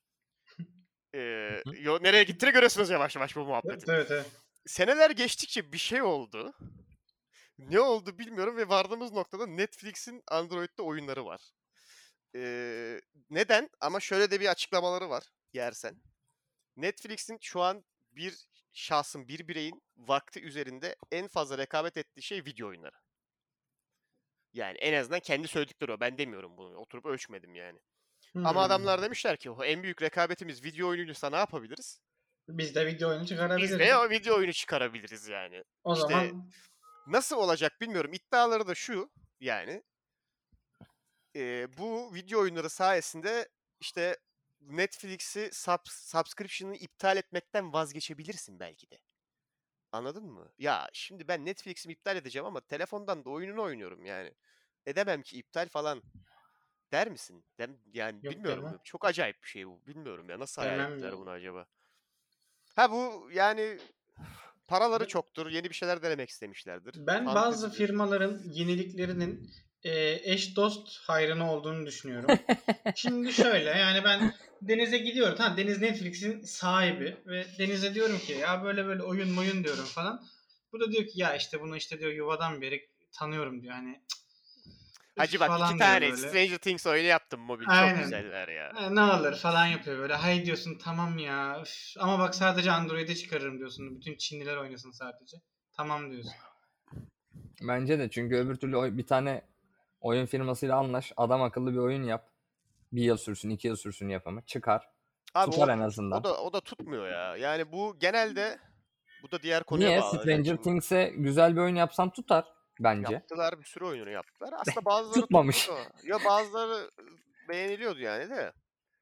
Speaker 4: Ee, yo, nereye gittiğini görüyorsunuz yavaş yavaş bu muhabbetin.
Speaker 3: Evet, evet.
Speaker 4: Seneler geçtikçe bir şey oldu. Ne oldu bilmiyorum ve vardığımız noktada Netflix'in Android'de oyunları var. Ee, neden? Ama şöyle de bir açıklamaları var yersen. Netflix'in şu an bir şahsın, bir bireyin vakti üzerinde en fazla rekabet ettiği şey video oyunları. Yani en azından kendi söyledikleri o. Ben demiyorum bunu. Oturup ölçmedim yani.
Speaker 3: Hmm.
Speaker 4: Ama adamlar demişler ki en büyük rekabetimiz video oyunuysa ne yapabiliriz?
Speaker 3: Biz de video oyunu çıkarabiliriz.
Speaker 4: Biz de o video oyunu çıkarabiliriz yani.
Speaker 3: O
Speaker 4: işte
Speaker 3: zaman
Speaker 4: nasıl olacak bilmiyorum. İddiaları da şu yani. E, bu video oyunları sayesinde işte Netflix'i sub, subscription'ı iptal etmekten vazgeçebilirsin belki de. Anladın mı? Ya şimdi ben Netflix'imi iptal edeceğim ama telefondan da oyununu oynuyorum yani. Edemem ki iptal falan. Der misin? Dem yani
Speaker 3: Yok
Speaker 4: bilmiyorum.
Speaker 3: demem.
Speaker 4: Çok acayip bir şey bu. Bilmiyorum ya. Nasıl hayal
Speaker 3: Demem
Speaker 4: ettiler
Speaker 3: ya.
Speaker 4: bunu acaba? Ha bu yani paraları çoktur. Yeni bir şeyler denemek istemişlerdir.
Speaker 3: Ben bazı
Speaker 4: Fantezidir.
Speaker 3: firmaların yeniliklerinin e, eş dost hayrına olduğunu düşünüyorum. Şimdi şöyle yani ben Deniz'e gidiyorum. Tamam, Deniz Netflix'in sahibi ve Deniz'e diyorum ki ya böyle böyle oyun moyun diyorum falan. Bu da diyor ki ya işte bunu işte diyor yuvadan beri tanıyorum diyor. Hani
Speaker 4: Hacı bak
Speaker 3: falan
Speaker 4: iki
Speaker 3: diyor
Speaker 4: tane
Speaker 3: böyle.
Speaker 4: Stranger Things oyunu yaptım mobil. Çok
Speaker 3: Aynen.
Speaker 4: güzeller ya.
Speaker 3: Ha, ne olur falan yapıyor böyle. Hay diyorsun tamam ya. Üf. Ama bak sadece Android'e çıkarırım diyorsun. Bütün Çinliler oynasın sadece. Tamam diyorsun.
Speaker 5: Bence de, çünkü öbür türlü oy- bir tane oyun firmasıyla anlaş, adam akıllı bir oyun yap. Bir yıl sürsün, iki yıl sürsün yapımı. Çıkar.
Speaker 4: Abi
Speaker 5: Tutar
Speaker 4: o,
Speaker 5: en azından.
Speaker 4: o da o da tutmuyor ya. Yani bu genelde bu da diğer konuya
Speaker 5: Niye?
Speaker 4: bağlanacak
Speaker 5: Stranger
Speaker 4: şimdi.
Speaker 5: Things'e güzel bir oyun yapsan tutar bence.
Speaker 4: Yaptılar, bir sürü oyunu yaptılar. Aslında bazıları
Speaker 5: Tutmamış.
Speaker 4: tuttu. Ya bazıları beğeniliyordu yani de.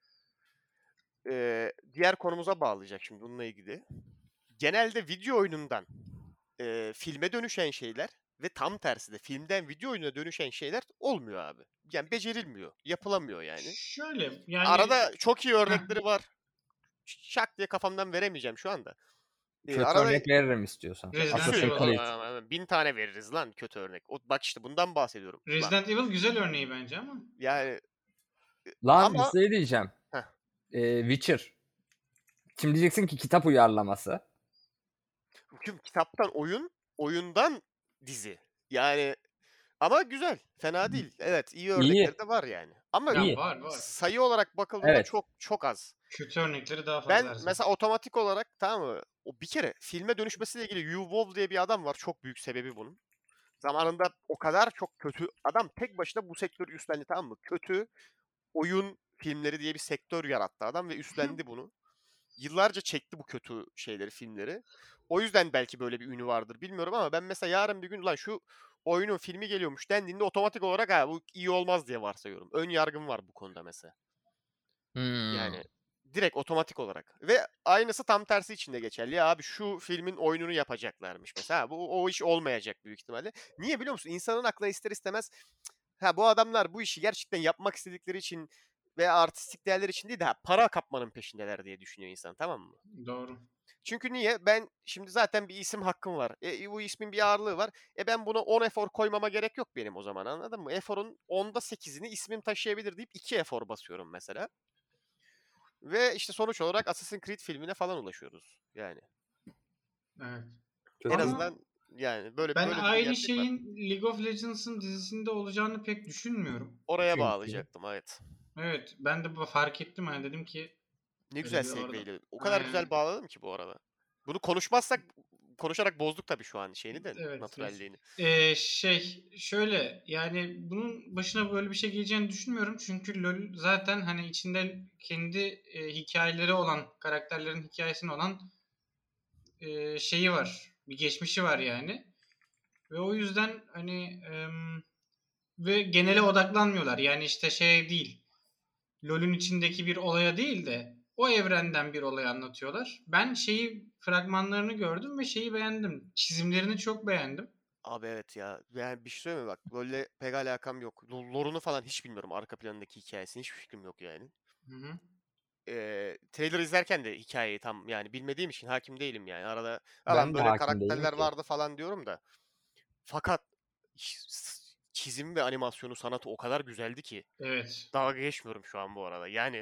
Speaker 4: Ee, diğer konumuza bağlayacak şimdi bununla ilgili. Genelde video oyunundan e, filme dönüşen şeyler ve tam tersi de filmden video oyununa dönüşen şeyler olmuyor abi. Yani becerilmiyor. Yapılamıyor yani.
Speaker 3: Şöyle yani
Speaker 4: Arada çok iyi
Speaker 3: Heh.
Speaker 4: örnekleri var. Şak diye kafamdan veremeyeceğim şu anda. Ee,
Speaker 5: Kötü
Speaker 4: arada
Speaker 5: örnek veririm istiyorsan.
Speaker 3: Resident
Speaker 5: Assassin's
Speaker 3: Evil.
Speaker 5: Creed.
Speaker 4: Aa, bin tane veririz lan kötü örnek. O, bak işte bundan bahsediyorum. Lan,
Speaker 3: Resident Evil güzel örneği bence ama.
Speaker 4: yani
Speaker 5: Lan bir
Speaker 4: ama
Speaker 5: şey diyeceğim.
Speaker 4: Heh.
Speaker 5: Ee, Witcher. Şimdi diyeceksin ki kitap uyarlaması.
Speaker 4: hüküm kitaptan oyun, oyundan dizi. Yani ama güzel, fena değil. Evet, iyi örnekleri
Speaker 5: İyi.
Speaker 4: de var yani. Ama
Speaker 3: Ya
Speaker 5: İyi.
Speaker 3: var var.
Speaker 4: sayı olarak bakıldığında
Speaker 5: Evet.
Speaker 4: çok çok az.
Speaker 3: Kötü örnekleri daha fazla.
Speaker 4: Ben
Speaker 3: her zaman.
Speaker 4: mesela otomatik olarak, tamam mı? O bir kere filme dönüşmesiyle ilgili Yu Wolf diye bir adam var. Çok büyük sebebi bunun. Zamanında o kadar çok kötü adam tek başına bu sektörü üstlendi, tamam mı? Kötü oyun filmleri diye bir sektör yarattı adam ve üstlendi bunu. Yıllarca çekti bu kötü şeyleri, filmleri. O yüzden belki böyle bir ünü vardır bilmiyorum ama ben mesela yarın bir gün lan şu oyunun filmi geliyormuş dendiğinde otomatik olarak ha bu iyi olmaz diye varsayıyorum. Ön yargım var bu konuda mesela.
Speaker 5: Hmm.
Speaker 4: Yani direkt otomatik olarak. Ve aynısı tam tersi için de geçerli. Ya abi şu filmin oyununu yapacaklarmış mesela. Ha, bu o iş olmayacak büyük ihtimalle. Niye biliyor musun? İnsanın aklına ister istemez ha bu adamlar bu işi gerçekten yapmak istedikleri için ve artistik değerler için değil de ha, para kapmanın peşindeler diye düşünüyor insan, tamam mı?
Speaker 3: Doğru.
Speaker 4: Çünkü niye? Ben şimdi zaten bir isim hakkım var. E, bu ismin bir ağırlığı var. E ben buna on efor koymama gerek yok benim o zaman, anladın mı? Eforun onda sekizini ismim taşıyabilir deyip iki efor basıyorum mesela. Ve işte sonuç olarak Assassin's Creed filmine falan ulaşıyoruz yani.
Speaker 3: Evet.
Speaker 5: Kötü.
Speaker 4: En
Speaker 3: Ama
Speaker 4: azından yani böyle
Speaker 3: ben
Speaker 4: böyle bir
Speaker 3: aynı
Speaker 4: gerçek var.
Speaker 3: şeyin League of Legends'ın dizisinde olacağını pek düşünmüyorum.
Speaker 4: Oraya
Speaker 5: Çünkü-
Speaker 4: bağlayacaktım, evet.
Speaker 3: Evet, ben de bu- fark ettim hani dedim ki
Speaker 4: Ne güzel
Speaker 3: bir orada-
Speaker 4: sevgiyle. O kadar güzel
Speaker 3: Aynen.
Speaker 4: bağladım ki bu arada. Bunu konuşmazsak konuşarak bozduk tabii şu an şeyini de,
Speaker 3: Evet,
Speaker 4: naturalliğini.
Speaker 3: Ee, şey şöyle yani bunun başına böyle bir şey geleceğini düşünmüyorum. Çünkü LoL zaten hani içinde kendi e, hikayeleri olan, karakterlerin hikayesinin olan e, şeyi var. Bir geçmişi var yani. Ve o yüzden hani em, ve genele odaklanmıyorlar. Yani işte şey değil. LoL'ün içindeki bir olaya değil de o evrenden bir olayı anlatıyorlar. Ben şeyi fragmanlarını gördüm ve şeyi beğendim. Çizimlerini çok beğendim.
Speaker 4: Abi evet ya. Yani bir şey söyleyeyim mi bak. LoL'le pek alakam yok. Lo- Lore'unu falan hiç bilmiyorum. Arka planındaki hikayesini hiçbir fikrim yok yani.
Speaker 3: Hı hı.
Speaker 4: Ee, trailer izlerken de hikayeyi tam yani bilmediğim için hakim değilim yani. Arada
Speaker 5: Ben
Speaker 4: alan
Speaker 5: de
Speaker 4: böyle
Speaker 5: hakim değilim
Speaker 4: karakterler
Speaker 5: ki.
Speaker 4: vardı falan diyorum da. Fakat ç- çizim ve animasyonu sanatı o kadar güzeldi ki.
Speaker 3: Evet.
Speaker 4: Dalga geçmiyorum şu an bu arada. Yani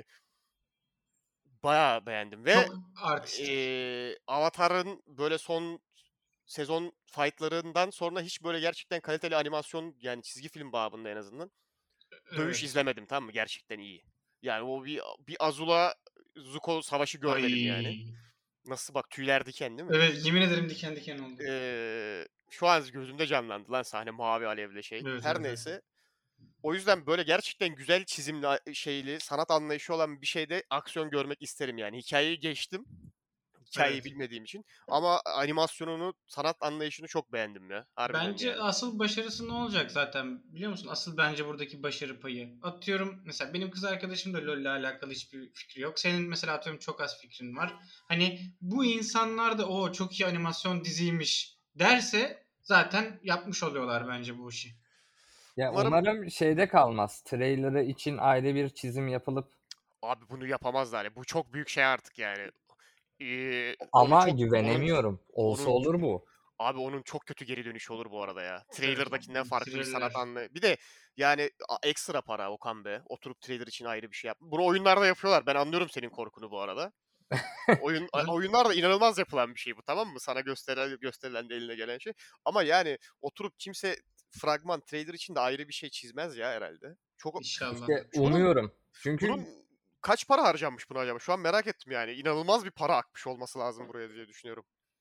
Speaker 4: bayağı beğendim ve
Speaker 3: Çok artistik.
Speaker 4: ee, Avatar'ın böyle son sezon fightlarından sonra hiç böyle gerçekten kaliteli animasyon yani çizgi film babında en azından dövüş
Speaker 3: Evet.
Speaker 4: izlemedim, tamam mı? Gerçekten iyi. Yani o bir bir Azula Zuko savaşı görmedim yani.
Speaker 3: Ay.
Speaker 4: Nasıl bak, tüyler diken değil mi?
Speaker 3: Evet, yemin ederim diken diken oldu.
Speaker 4: Ee, şu an gözümde canlandı lan sahne, mavi alevle şey.
Speaker 3: Evet
Speaker 4: Her
Speaker 3: evet evet.
Speaker 4: neyse. O yüzden böyle gerçekten güzel çizimli a- şeyli, sanat anlayışı olan bir şeyde aksiyon görmek isterim yani. Hikayeyi geçtim. Hikayeyi
Speaker 3: Evet.
Speaker 4: bilmediğim için. Ama animasyonunu, sanat anlayışını çok beğendim ya. Harbiden
Speaker 3: Bence
Speaker 4: yani.
Speaker 3: asıl başarısı ne olacak zaten biliyor musun? Asıl bence buradaki başarı payı. Atıyorum mesela benim kız arkadaşım da LoL'le alakalı hiçbir fikri yok. Senin mesela atıyorum çok az fikrin var. Hani bu insanlar da o çok iyi animasyon diziymiş derse zaten yapmış oluyorlar bence bu işi.
Speaker 5: Ya
Speaker 4: Umarım
Speaker 5: umarım şeyde kalmaz. Trailer'ı için ayrı bir çizim yapılıp
Speaker 4: abi bunu yapamazlar. Bu çok büyük şey artık yani. Ee, onun
Speaker 5: ama
Speaker 4: çok onun
Speaker 5: güvenemiyorum. Olsa
Speaker 4: onun
Speaker 5: olur bu.
Speaker 4: abi onun çok kötü geri dönüşü olur bu arada ya.
Speaker 3: Evet,
Speaker 4: Trailer'dakinden farklı bir sanat
Speaker 3: bitirirler.
Speaker 4: anlayışı. Bir de yani a- ekstra para Okan be. Oturup trailer için ayrı bir şey yap. Bunu oyunlarda yapıyorlar. Ben anlıyorum senin korkunu bu arada. Oyun a- oyunlarda inanılmaz yapılan bir şey bu, tamam mı? Sana gösterilen gösterilen de eline gelen şey. Ama yani oturup kimse fragman trailer için de ayrı bir şey çizmez ya herhalde. Çok
Speaker 3: İnşallah.
Speaker 5: İşte
Speaker 4: bunun
Speaker 5: umuyorum. Çünkü
Speaker 4: bunun kaç para harcanmış buna acaba? Şu an merak ettim yani. İnanılmaz bir para akmış olması lazım buraya diye düşünüyorum.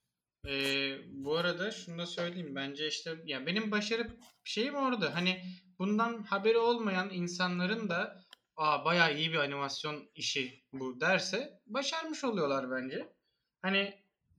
Speaker 3: Ee, bu arada şunu da söyleyeyim. Bence işte ya benim başarı şeyim orada. Hani bundan haberi olmayan insanların da aa bayağı iyi bir animasyon işi bu derse başarmış oluyorlar bence. Hani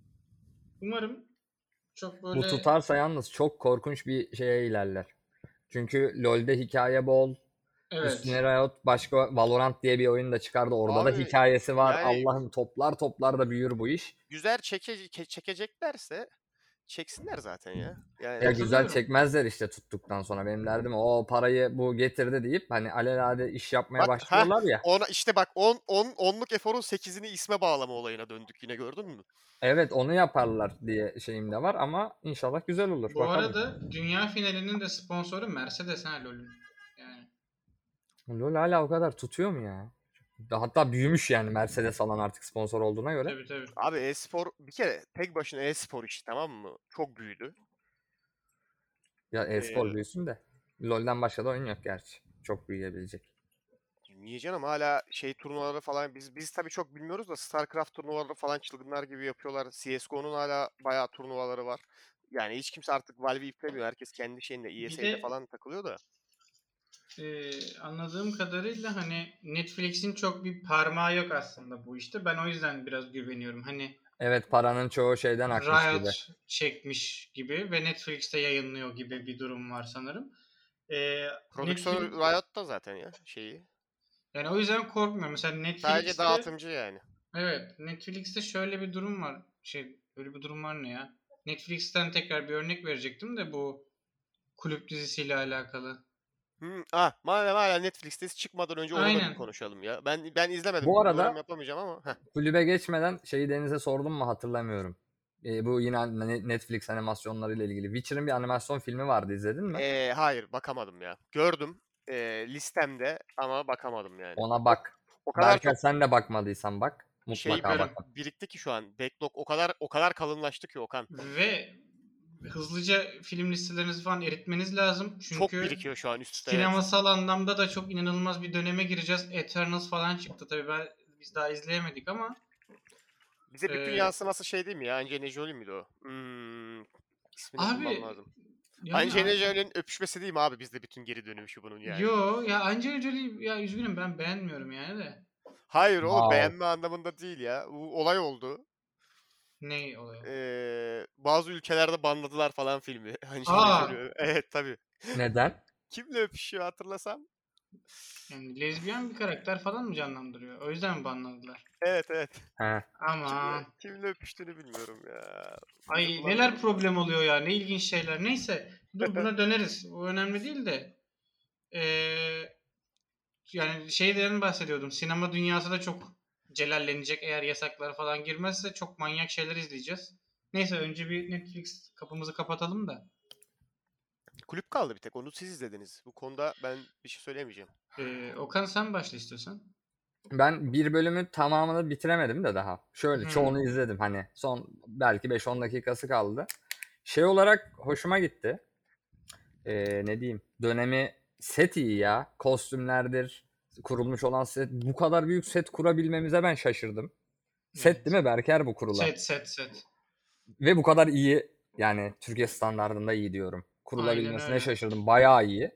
Speaker 3: umarım çok
Speaker 5: bu
Speaker 3: böyle
Speaker 5: tutarsa yalnız çok korkunç bir şeye ilerler. Çünkü LoL'de hikaye bol.
Speaker 3: evet.
Speaker 5: Üstüne Riot başka Valorant diye bir oyun da çıkardı. Orada da
Speaker 4: Abi
Speaker 5: hikayesi var.
Speaker 4: yani
Speaker 5: Allah'ım toplar toplar da büyür bu iş.
Speaker 4: güzel çeke, ke- çekeceklerse çeksinler zaten ya.
Speaker 5: Ya
Speaker 4: Yani
Speaker 5: güzel
Speaker 3: Katılıyorum.
Speaker 5: çekmezler işte tuttuktan sonra. Benim derdim o parayı bu getirdi deyip hani alelade iş yapmaya
Speaker 4: bak ha
Speaker 5: başlıyorlar ya.
Speaker 4: ona işte bak on on onluk eforun sekizini isme bağlama olayına döndük yine, gördün mü?
Speaker 5: Evet onu yaparlar diye şeyim de var ama inşallah güzel olur.
Speaker 3: Bu
Speaker 5: Bakalım.
Speaker 3: arada dünya finalinin de sponsoru Mercedes ha LoL'ün. Yani
Speaker 5: LoL hala o kadar tutuyor mu ya? Hatta büyümüş yani Mercedes alan artık sponsor olduğuna göre.
Speaker 3: tabii tabii.
Speaker 4: Abi e-spor bir kere tek başına e-spor işi, tamam mı? Çok büyüdü.
Speaker 5: Ya e-spor
Speaker 4: Ee,
Speaker 5: büyüsün de. LoL'den başka da oyun yok gerçi. Çok büyüyebilecek.
Speaker 4: niye canım, hala şey turnuvaları falan biz biz tabii çok bilmiyoruz da StarCraft turnuvaları falan çılgınlar gibi yapıyorlar. C S G O'nun hala bayağı turnuvaları var. Yani hiç kimse artık Valve'i iplemiyor. Herkes kendi şeyinde
Speaker 3: Bir
Speaker 4: E S L'de
Speaker 3: de
Speaker 4: falan takılıyor da.
Speaker 3: Ee, anladığım kadarıyla hani Netflix'in çok bir parmağı yok aslında bu işte. Ben o yüzden biraz güveniyorum. Hani
Speaker 5: Evet paranın çoğu şeyden akmış gibi.
Speaker 3: Riot çekmiş gibi ve Netflix'te yayınlıyor gibi bir durum var sanırım. Ee,
Speaker 4: Prodüksiyonu
Speaker 3: Netflix
Speaker 4: Riot'ta zaten ya şeyi.
Speaker 3: yani o yüzden korkmuyorum. Mesela
Speaker 4: Sadece
Speaker 3: Netflix'te
Speaker 4: dağıtımcı yani.
Speaker 3: evet Netflix'te şöyle bir durum var. Şey böyle bir durum var ne ya? Netflix'ten tekrar bir örnek verecektim de bu kulüp dizisiyle alakalı.
Speaker 4: Hmm, ah madem hala Netflix'te çıkmadan önce onu da bir
Speaker 3: Aynen.
Speaker 4: konuşalım ya. Ben ben
Speaker 5: Bu
Speaker 4: izlemedim. Yorum
Speaker 5: arada
Speaker 4: yapamayacağım ama. Heh.
Speaker 5: kulübe geçmeden şeyi Deniz'e sordum mu hatırlamıyorum. Ee, bu yine Ne- Netflix animasyonlarıyla ilgili. Witcher'ın bir animasyon filmi vardı izledin mi?
Speaker 4: Ee, hayır bakamadım ya. Gördüm ee, listemde ama bakamadım yani.
Speaker 5: Ona
Speaker 4: O,
Speaker 5: bak.
Speaker 4: o kadar
Speaker 5: Berker
Speaker 4: çok
Speaker 5: sen de bakmadıysan bak.
Speaker 4: şey
Speaker 5: Mutlaka
Speaker 3: Bakarım.
Speaker 5: bak.
Speaker 4: birikti ki şu an. Backlog o kadar o kadar kalınlaştı ki Okan.
Speaker 3: Ve hızlıca film listelerinizi falan eritmeniz lazım.
Speaker 4: Çok
Speaker 3: Çünkü
Speaker 4: birikiyor şu an üst üste, evet.
Speaker 3: sinemasal anlamda da çok inanılmaz bir döneme gireceğiz. Eternals falan çıktı. Tabii ben, biz daha izleyemedik ama
Speaker 4: Bize bütün
Speaker 3: e,
Speaker 4: yansıması şey değil mi ya? Angelina Jolie miydi o? Hmm, ismini bulmam
Speaker 3: abi
Speaker 4: lazım.
Speaker 3: yani
Speaker 4: Angelina Jolie'nin öpüşmesi değil mi abi bizde bütün geri dönüşü bunun yani?
Speaker 3: yo ya Angelina Jolie ya üzgünüm ben beğenmiyorum yani de.
Speaker 4: Hayır oğlum,
Speaker 5: Wow.
Speaker 4: beğenme anlamında değil ya. Bu olay oldu.
Speaker 3: Ne oluyor?
Speaker 4: Ee, bazı ülkelerde banladılar falan filmi. Angelina
Speaker 3: Aa
Speaker 4: Jolie. Evet tabii.
Speaker 5: Neden?
Speaker 4: Kimle öpüşüyor hatırlasam?
Speaker 3: Yani lezbiyen bir karakter falan mı canlandırıyor? O yüzden mi banladılar?
Speaker 4: Evet evet.
Speaker 5: He.
Speaker 3: Ama
Speaker 4: Kimle, kimle öpüştüğünü bilmiyorum ya.
Speaker 3: ay
Speaker 4: Midem
Speaker 3: neler
Speaker 4: bulandı.
Speaker 3: problem oluyor ya. Ne ilginç şeyler. Neyse dur buna döneriz. O önemli değil de. Ee, yani şeyden bahsediyordum. Sinema dünyası da çok celallenecek. Eğer yasaklar falan girmezse çok manyak şeyler izleyeceğiz. Neyse önce bir Netflix kapımızı kapatalım da.
Speaker 4: Kulüp kaldı bir tek. Onu siz izlediniz. Bu konuda ben bir şey söylemeyeceğim.
Speaker 3: Ee, Okan sen başla istiyorsan.
Speaker 5: Ben bir bölümü tamamını bitiremedim de daha. Şöyle
Speaker 3: Hmm.
Speaker 5: çoğunu izledim hani. Son belki beş on dakikası kaldı. Şey olarak hoşuma gitti. Ee, ne diyeyim? Dönemi set iyi ya. Kostümlerdir, kurulmuş olan set. Bu kadar büyük set kurabilmemize ben şaşırdım. Set
Speaker 3: Evet.
Speaker 5: değil mi Berker bu kurulan?
Speaker 3: Set set set.
Speaker 5: Ve bu kadar iyi, yani Türkiye standartında iyi diyorum.
Speaker 3: Aynen
Speaker 5: Kurulabilmesine
Speaker 3: öyle.
Speaker 5: şaşırdım. Bayağı iyi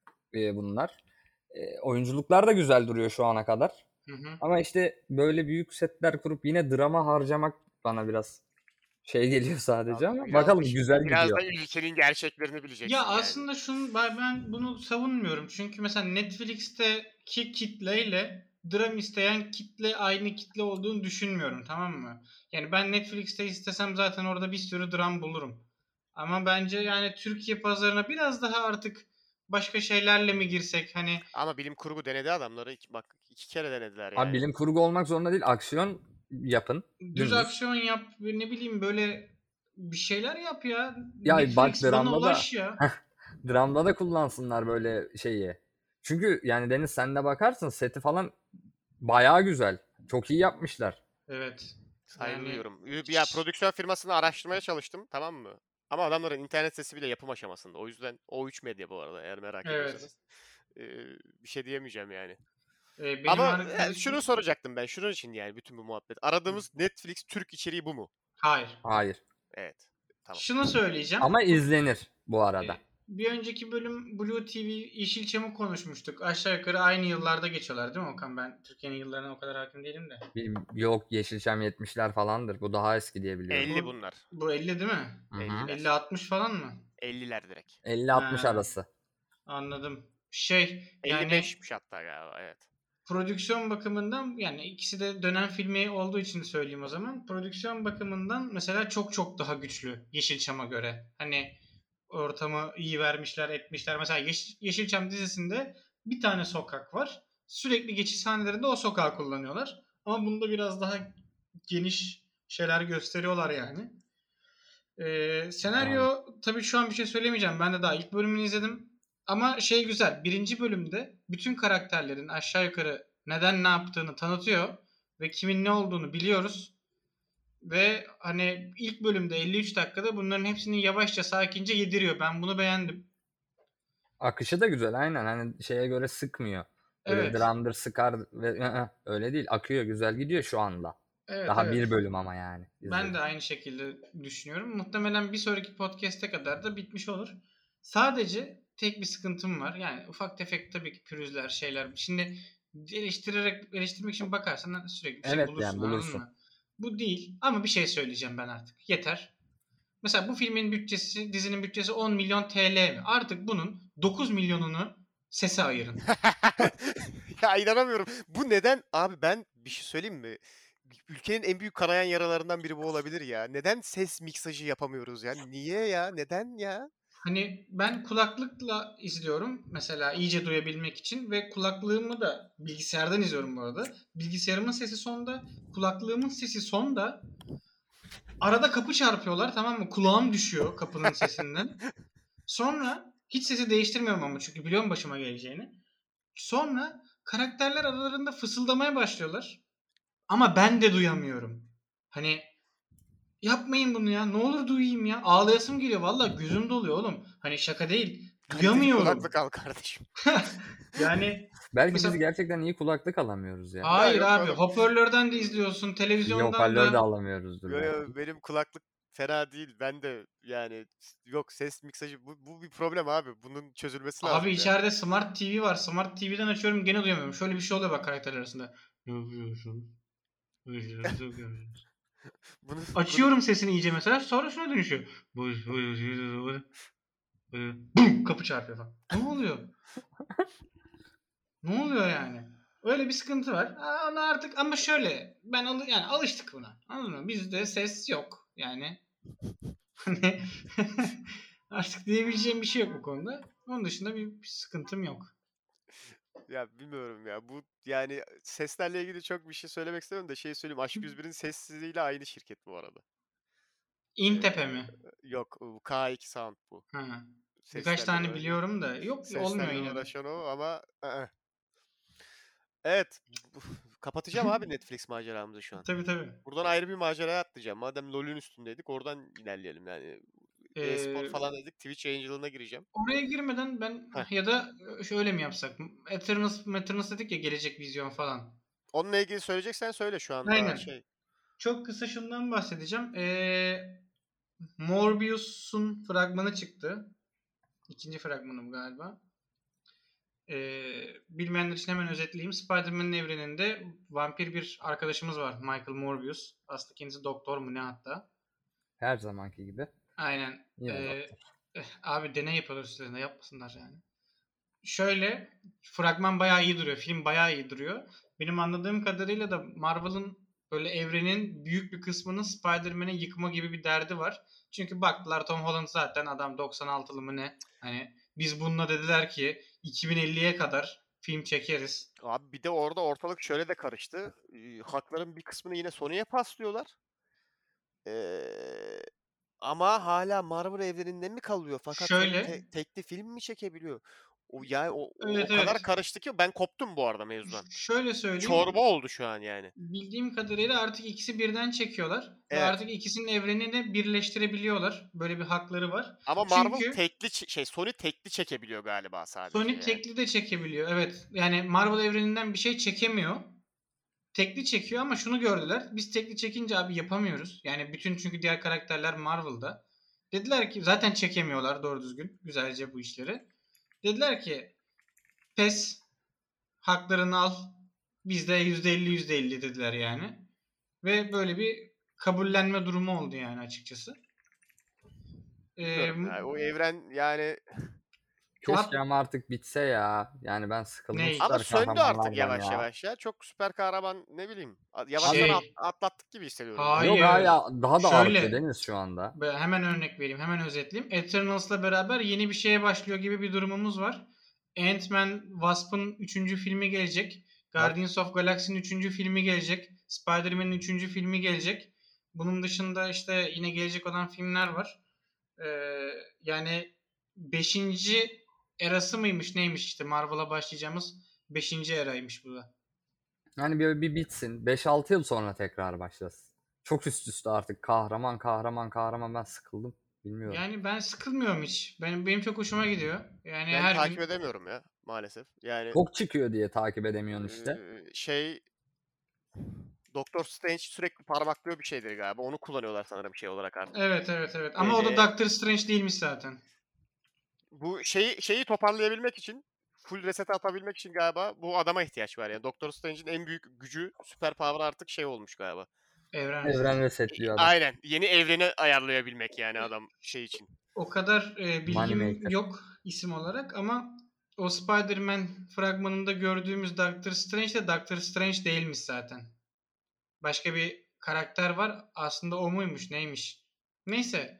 Speaker 5: e, bunlar. E, oyunculuklar da güzel duruyor şu ana kadar.
Speaker 3: Hı hı.
Speaker 5: Ama işte böyle büyük setler kurup yine drama harcamak bana biraz şey geliyor sadece
Speaker 4: Abi
Speaker 5: ama
Speaker 4: biraz
Speaker 5: bakalım
Speaker 4: da,
Speaker 5: güzel
Speaker 4: biraz
Speaker 5: gidiyor.
Speaker 4: da ülkenin gerçeklerini bileceksin
Speaker 3: Ya
Speaker 4: yani.
Speaker 3: aslında şunu ben, ben bunu savunmuyorum. Çünkü mesela Netflix'teki kitleyle dram isteyen kitle aynı kitle olduğunu düşünmüyorum, tamam mı? Yani ben Netflix'te istesem zaten orada bir sürü dram bulurum. Ama bence yani Türkiye pazarına biraz daha artık başka şeylerle mi girsek, hani
Speaker 4: Ama bilim kurgu denedi adamları. İki, bak iki kere denediler
Speaker 5: Abi
Speaker 4: yani.
Speaker 5: bilim kurgu olmak zorunda değil. Aksiyon yapın.
Speaker 3: düz
Speaker 5: Dümdüz.
Speaker 3: aksiyon yap ve ne bileyim böyle bir şeyler yap ya.
Speaker 5: Ya bak
Speaker 3: Netflix bana
Speaker 5: dramda da
Speaker 3: ulaş ya.
Speaker 5: dramda da kullansınlar böyle şeyi. Çünkü yani Deniz sen de bakarsın seti falan bayağı güzel. Çok iyi yapmışlar.
Speaker 3: Evet.
Speaker 4: Saygı
Speaker 3: Yani
Speaker 4: duyuyorum. Ya prodüksiyon firmasını araştırmaya çalıştım, tamam mı? Ama adamların internet sitesi bile yapım aşamasında. O yüzden O üç Medya bu arada, eğer merak
Speaker 3: evet.
Speaker 4: ediyorsanız. Ee, bir şey diyemeyeceğim yani.
Speaker 3: Ee, benim
Speaker 4: Ama
Speaker 3: arkadaşım...
Speaker 4: e, şunu soracaktım ben. Şunun için yani bütün bu muhabbet. Aradığımız Netflix Türk içeriği bu mu?
Speaker 3: Hayır.
Speaker 5: Hayır.
Speaker 4: Evet. Tamam.
Speaker 3: Şunu söyleyeceğim.
Speaker 5: Ama
Speaker 3: Bu-
Speaker 5: izlenir bu
Speaker 3: e,
Speaker 5: arada.
Speaker 3: bir önceki bölüm Blue T V, Yeşilçam'ı konuşmuştuk. Aşağı yukarı aynı yıllarda geçiyorlar değil mi Okan? Ben Türkiye'nin yıllarına o kadar hakim değilim de.
Speaker 5: Bir- Yok Yeşilçam yetmişler falandır. Bu daha eski diye biliyorum.
Speaker 4: elli
Speaker 3: Bu,
Speaker 4: bunlar.
Speaker 3: bu elli değil mi?
Speaker 5: Hı hı.
Speaker 4: elliler.
Speaker 3: elli altmış falan mı?
Speaker 4: elliler direkt.
Speaker 5: elli altmış
Speaker 3: Ha.
Speaker 5: arası.
Speaker 3: Anladım. Şey yani
Speaker 4: elli beşmiş hatta galiba, evet.
Speaker 3: prodüksiyon bakımından, yani ikisi de dönem filmi olduğu için söyleyeyim o zaman. Prodüksiyon bakımından mesela çok çok daha güçlü Yeşilçam'a göre. Hani ortamı iyi vermişler, etmişler. Mesela Yeş- Yeşilçam dizisinde bir tane sokak var. Sürekli geçiş sahnelerinde o sokağı kullanıyorlar. Ama bunda biraz daha geniş şeyler gösteriyorlar yani. Ee, senaryo
Speaker 5: Anladım.
Speaker 3: tabii şu an bir şey söylemeyeceğim. Ben de daha ilk bölümünü izledim. Ama şey güzel. Birinci bölümde bütün karakterlerin aşağı yukarı neden ne yaptığını tanıtıyor. Ve kimin ne olduğunu biliyoruz. Ve hani ilk bölümde elli üç dakikada bunların hepsini yavaşça sakince yediriyor. Ben bunu beğendim.
Speaker 5: Akışı da güzel aynen. Hani şeye göre sıkmıyor. Öyle
Speaker 3: Evet.
Speaker 5: dramdır sıkar ve ı-ı, öyle değil. Akıyor güzel gidiyor şu anda.
Speaker 3: Evet,
Speaker 5: Daha
Speaker 3: evet.
Speaker 5: bir bölüm ama yani.
Speaker 3: Ben
Speaker 5: izledim.
Speaker 3: de aynı şekilde düşünüyorum. Muhtemelen bir sonraki podcast'e kadar da bitmiş olur. Sadece tek bir sıkıntım var. Yani ufak tefek tabii ki pürüzler, şeyler. Şimdi eleştirerek eleştirmek için bakarsan sürekli bir şey
Speaker 5: Evet
Speaker 3: bulursun,
Speaker 5: yani
Speaker 3: anladın
Speaker 5: bulursun.
Speaker 3: mı? Bu değil ama bir şey söyleyeceğim ben artık. Yeter. Mesela bu filmin bütçesi, dizinin bütçesi on milyon T L mi? Artık bunun dokuz milyonunu sese ayırın.
Speaker 4: Ya inanamıyorum. Bu neden? Abi ben bir şey söyleyeyim mi? Ülkenin en büyük kanayan yaralarından biri bu olabilir ya. Neden ses miksajı yapamıyoruz ya? Niye ya? Neden ya?
Speaker 3: Hani ben kulaklıkla izliyorum mesela iyice duyabilmek için ve kulaklığımı da bilgisayardan izliyorum bu arada. Bilgisayarımın sesi sonda, kulaklığımın sesi sonda. Arada kapı çarpıyorlar, tamam mı? Kulağım düşüyor kapının sesinden. Sonra hiç sesi değiştirmiyorum ama çünkü biliyorum başıma geleceğini. Sonra karakterler aralarında fısıldamaya başlıyorlar. Ama ben de duyamıyorum. Hani yapmayın bunu ya. Ne olur duyayım ya. Ağlayasım geliyor. Valla gözüm doluyor oğlum. Hani şaka değil.
Speaker 4: Kaliteli
Speaker 3: Duyamıyorum.
Speaker 4: kulaklık al kardeşim.
Speaker 3: Yani
Speaker 5: Belki
Speaker 3: mesela
Speaker 5: biz gerçekten iyi kulaklık alamıyoruz ya.
Speaker 3: hayır
Speaker 4: yok
Speaker 3: abi,
Speaker 4: oğlum.
Speaker 3: hoparlörden de izliyorsun,
Speaker 5: İyi
Speaker 3: televizyondan
Speaker 5: hoparlör de
Speaker 3: da.
Speaker 5: alamıyoruzdur
Speaker 4: Yo,
Speaker 5: belki.
Speaker 4: yo, benim kulaklık fena değil. Ben de yani yok, ses miksajı bu, bu bir problem abi. Bunun çözülmesi lazım
Speaker 3: Abi
Speaker 4: ya.
Speaker 3: içeride Smart T V var. Smart T V'den açıyorum gene duyamıyorum. Şöyle bir şey oluyor bak karakterler arasında. Ne yapıyorsun?
Speaker 4: Bunu,
Speaker 3: Açıyorum sesini iyice mesela. Sonra şuna dönüşüyor. Bum, kapı çarpıyor falan. Ne oluyor? Ne oluyor yani? Öyle bir sıkıntı var. Aa, ona artık ama şöyle ben al yani alıştık buna. Anladın mı? Bizde ses yok. Yani hani artık diyebileceğim bir şey yok bu konuda. Onun dışında bir, bir sıkıntım yok.
Speaker 4: Ya bilmiyorum ya. Bu yani seslerle ilgili çok bir şey söylemek istemiyorum da şey söyleyeyim. Aşk yüz birin sessizliğiyle aynı şirket bu arada.
Speaker 3: İntepe
Speaker 4: Ee,
Speaker 3: mi?
Speaker 4: yok bu K iki Sound bu.
Speaker 3: Ha. Birkaç
Speaker 4: Seslerle
Speaker 3: tane
Speaker 4: uğraşan,
Speaker 3: biliyorum da yok olmuyor
Speaker 4: seslerle
Speaker 3: yine de.
Speaker 4: uğraşan o ama ı-ı. Evet. bu- Kapatacağım abi Netflix maceramızı şu an.
Speaker 3: Tabii tabii.
Speaker 4: Buradan ayrı bir maceraya atlayacağım. Madem LoL'ün üstündeydik oradan ilerleyelim yani. E-spor
Speaker 3: Ee,
Speaker 4: falan dedik. Twitch yayıncılığına gireceğim.
Speaker 3: oraya girmeden ben
Speaker 4: Heh.
Speaker 3: ya da şöyle mi yapsak? Eternals, Eternals dedik ya gelecek vizyon falan.
Speaker 4: Onunla ilgili söyleyeceksen söyle şu anda
Speaker 3: Aynen.
Speaker 4: şey.
Speaker 3: Çok kısa şundan bahsedeceğim. Ee, Morbius'un fragmanı çıktı. İkinci fragmanı bu galiba. Ee, bilmeyenler için hemen özetleyeyim. Spider-Man'in evreninde vampir bir arkadaşımız var. Michael Morbius. Aslında kendisi doktor mu ne hatta.
Speaker 5: Her zamanki gibi.
Speaker 3: Aynen.
Speaker 5: Yine
Speaker 3: Ee,
Speaker 5: doktor.
Speaker 3: eh, abi deney yapıyorlar üstlerine yapmasınlar yani. Şöyle fragman bayağı iyi duruyor. Film bayağı iyi duruyor. Benim anladığım kadarıyla da Marvel'ın böyle evrenin büyük bir kısmının Spider-Man'e yıkma gibi bir derdi var. Çünkü baktılar Tom Holland zaten adam doksan altılı mı ne? Hani biz bununla dediler ki iki bin elliye kadar film çekeriz.
Speaker 4: Abi bir de orada ortalık şöyle de karıştı. Ee, hakların bir kısmını yine Sony'ye paslıyorlar. Ee, ama hala Marvel evreninde mi kalıyor? Fakat Sony
Speaker 3: Şöyle
Speaker 4: te- tekli film mi çekebiliyor? O yani o, o
Speaker 3: evet
Speaker 4: kadar
Speaker 3: evet.
Speaker 4: karıştı ki ben koptum bu arada mevzudan.
Speaker 3: Şöyle söyleyeyim.
Speaker 4: Çorba oldu şu an yani.
Speaker 3: Bildiğim kadarıyla artık ikisi birden çekiyorlar. Ve
Speaker 4: Evet.
Speaker 3: artık ikisinin evrenini birleştirebiliyorlar. Böyle bir hakları var.
Speaker 4: Ama Marvel
Speaker 3: Çünkü
Speaker 4: tekli ç- şey Sony tekli çekebiliyor galiba sadece
Speaker 3: Sony
Speaker 4: yani.
Speaker 3: tekli de çekebiliyor. Evet. Yani Marvel evreninden bir şey çekemiyor. Tekli çekiyor ama şunu gördüler. Biz tekli çekince abi yapamıyoruz. Yani bütün çünkü diğer karakterler Marvel'da. Dediler ki zaten çekemiyorlar doğru düzgün güzelce bu işleri. Dediler ki pes haklarını al. Bizde yüzde elli yüzde elli dediler yani. Ve böyle bir kabullenme durumu oldu yani açıkçası. Ee,
Speaker 4: Bilmiyorum ya. O evren yani
Speaker 5: Keşke ama artık bitse ya. Yani ben sıkıldım
Speaker 3: Ney?
Speaker 4: ama
Speaker 5: süper
Speaker 4: söndü artık
Speaker 5: kahramanlardan
Speaker 4: yavaş
Speaker 5: ya.
Speaker 4: yavaş ya. Çok süper kahraman ne bileyim. Yavaştan
Speaker 3: Şey,
Speaker 4: at- atlattık gibi hissediyorum ben.
Speaker 3: hayır.
Speaker 5: Yok hala daha da
Speaker 3: Şöyle,
Speaker 5: artıyor Deniz şu anda.
Speaker 3: be- hemen örnek vereyim, hemen özetleyeyim. Eternals'la beraber yeni bir şeye başlıyor gibi bir durumumuz var. Ant-Man Wasp'ın üçüncü filmi gelecek. Guardians of Galaxy'nin üçüncü filmi gelecek. Spider-Man'in üçüncü filmi gelecek. Bunun dışında işte yine gelecek olan filmler var. Ee, yani beşinci erası mıymış neymiş işte Marvel'a başlayacağımız beşinci eraymış bu da.
Speaker 5: Yani bir, bir bitsin. beş altı yıl sonra tekrar başlasın. Çok üst üste artık kahraman kahraman kahraman ben sıkıldım. Bilmiyorum.
Speaker 3: Yani ben sıkılmıyorum hiç. Benim benim çok hoşuma gidiyor. Yani
Speaker 4: Ben
Speaker 3: her
Speaker 4: takip
Speaker 3: gün
Speaker 4: edemiyorum ya maalesef. Yani
Speaker 5: Çok çıkıyor diye takip edemiyorsun işte.
Speaker 4: eee, şey Doctor Strange sürekli parmaklıyor bir şeydir galiba. Onu kullanıyorlar sanırım şey olarak artık.
Speaker 3: evet evet evet. Ama o da
Speaker 4: Ee,
Speaker 3: Doctor Strange değilmiş zaten.
Speaker 4: Bu şeyi şeyi toparlayabilmek için full reset atabilmek için galiba bu adama ihtiyaç var yani. Doctor Strange'in en büyük gücü süper power artık şey olmuş galiba.
Speaker 3: Evren.
Speaker 5: Evren resetliyor adam.
Speaker 4: Aynen. Yeni evreni ayarlayabilmek yani adam şey için.
Speaker 3: O kadar e, bilgim
Speaker 5: Moneymaker.
Speaker 3: yok isim olarak ama o Spider-Man fragmanında gördüğümüz Doctor Strange de Doctor Strange değilmiş zaten. Başka bir karakter var. Aslında o muymuş neymiş. Neyse.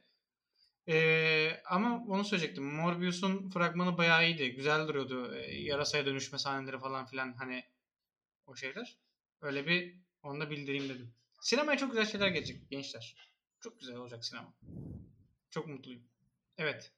Speaker 3: Ee, ama onu söyleyecektim. Morbius'un fragmanı bayağı iyiydi. Güzel duruyordu. Ee, yarasaya dönüşme sahneleri falan filan hani o şeyler. Öyle bir onu da bildireyim dedim. Sinemaya çok güzel şeyler gelecek gençler. Çok güzel olacak sinema. Çok mutluyum. Evet.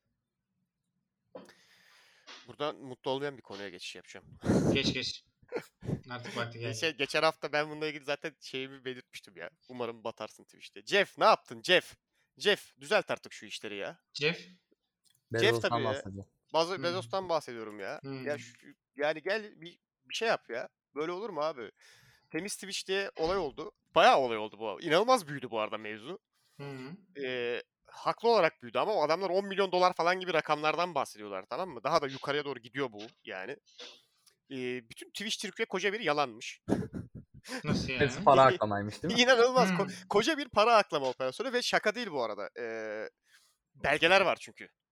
Speaker 4: Buradan mutlu olmayan bir konuya geçiş yapacağım.
Speaker 3: Geç geç. Artık vakti geldi.
Speaker 4: Geçen, geçen hafta ben bununla ilgili zaten şeyimi belirtmiştim ya. Umarım batarsın Twitch'te. Jeff ne yaptın Jeff? Jeff düzelt artık şu işleri ya.
Speaker 3: Jeff.
Speaker 4: Jeff
Speaker 5: Bezos'tan
Speaker 4: tabii ya.
Speaker 5: bahsediyor.
Speaker 4: Bazo-
Speaker 3: Hmm.
Speaker 4: Bezos'tan bahsediyorum ya.
Speaker 3: Hmm.
Speaker 4: Ya şu, yani gel bir, bir şey yap ya. Böyle olur mu abi? Temiz Twitch diye olay oldu. Bayağı olay oldu bu. İnanılmaz büyüdü bu arada mevzu.
Speaker 3: Hı hı.
Speaker 4: Ee, haklı olarak büyüdü ama o adamlar on milyon dolar falan gibi rakamlardan bahsediyorlar, tamam mı? Daha da yukarıya doğru gidiyor bu yani. Ee, bütün Twitch Türkiye koca bir yalanmış.
Speaker 3: Nasıl
Speaker 5: Hepsi
Speaker 3: yani?
Speaker 5: para aklamaymış değil mi?
Speaker 4: İnanılmaz.
Speaker 3: Hmm.
Speaker 4: Ko- koca bir para aklama operasyonu ve şaka değil bu arada. Ee, belgeler var çünkü.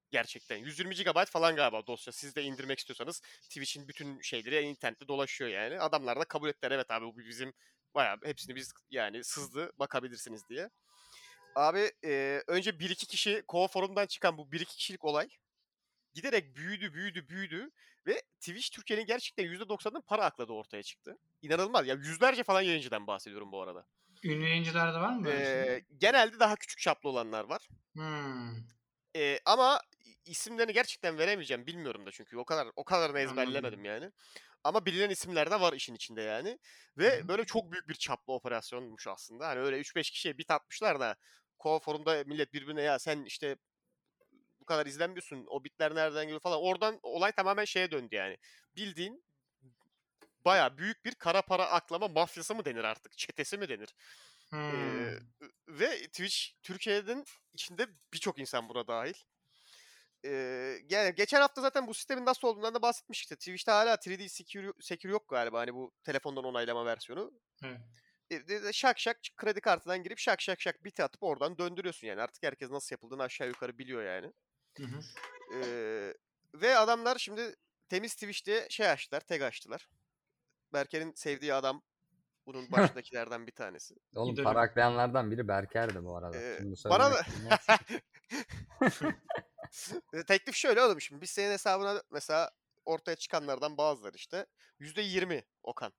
Speaker 4: Gerçekten. yüz yirmi gigabayt falan galiba dosya. Siz de indirmek istiyorsanız Twitch'in bütün şeyleri internette dolaşıyor yani. Adamlar da kabul ettiler. Evet abi bu bizim bayağı hepsini biz yani sızdı bakabilirsiniz diye. Abi e, önce bir iki kişi Kova Forum'dan çıkan bu bir iki kişilik olay giderek büyüdü, büyüdü, büyüdü ve Twitch Türkiye'nin gerçekten yüzde doksanının para akladığı ortaya çıktı. İnanılmaz. Ya yüzlerce falan yayıncıdan bahsediyorum bu arada.
Speaker 3: Ünlü yayıncılar da var mı böyle şey?
Speaker 4: Ee, genelde daha küçük çaplı olanlar var.
Speaker 3: Hmm.
Speaker 4: Ee, ama isimlerini gerçekten veremeyeceğim. Bilmiyorum da çünkü o kadar o kadarını ezberlemedim yani. Ama bilinen isimler de var işin içinde yani. Ve
Speaker 3: Hı-hı.
Speaker 4: böyle çok büyük bir çaplı operasyonmuş aslında. Hani öyle üç beş kişiye bit atmışlar da Kova Forum'da millet birbirine ya sen işte bu kadar izlenmiyorsun. O bitler nereden geliyor falan. Oradan olay tamamen şeye döndü yani. Bildiğin bayağı büyük bir kara para aklama mafyası mı denir artık? Çetesi mi denir?
Speaker 3: Hmm.
Speaker 4: Ee, ve Twitch Türkiye'nin içinde birçok insan buna dahil. Ee, yani geçen hafta zaten bu sistemin nasıl olduğundan da bahsetmiştik. Twitch'te hala üç D Secure, Secure yok galiba. Hani bu telefondan onaylama versiyonu.
Speaker 3: Evet.
Speaker 4: E, de- de şak şak kredi kartından girip şak şak şak bit atıp oradan döndürüyorsun yani. Artık herkes nasıl yapıldığını aşağı yukarı biliyor yani.
Speaker 3: Hı hı.
Speaker 4: Ee, ve adamlar şimdi temiz Twitch'te şey açtılar, tag açtılar. Berker'in sevdiği adam bunun başındakilerden bir tanesi.
Speaker 5: Oğlum
Speaker 3: İdolüm.
Speaker 5: para aklayanlardan biri Berker'di bu arada.
Speaker 4: Ee,
Speaker 5: Bunu
Speaker 4: bana da
Speaker 5: söylemek olmaz.
Speaker 4: teklif şöyle oğlum şimdi biz senin hesabına mesela ortaya çıkanlardan bazıları işte yüzde yirmi Okan.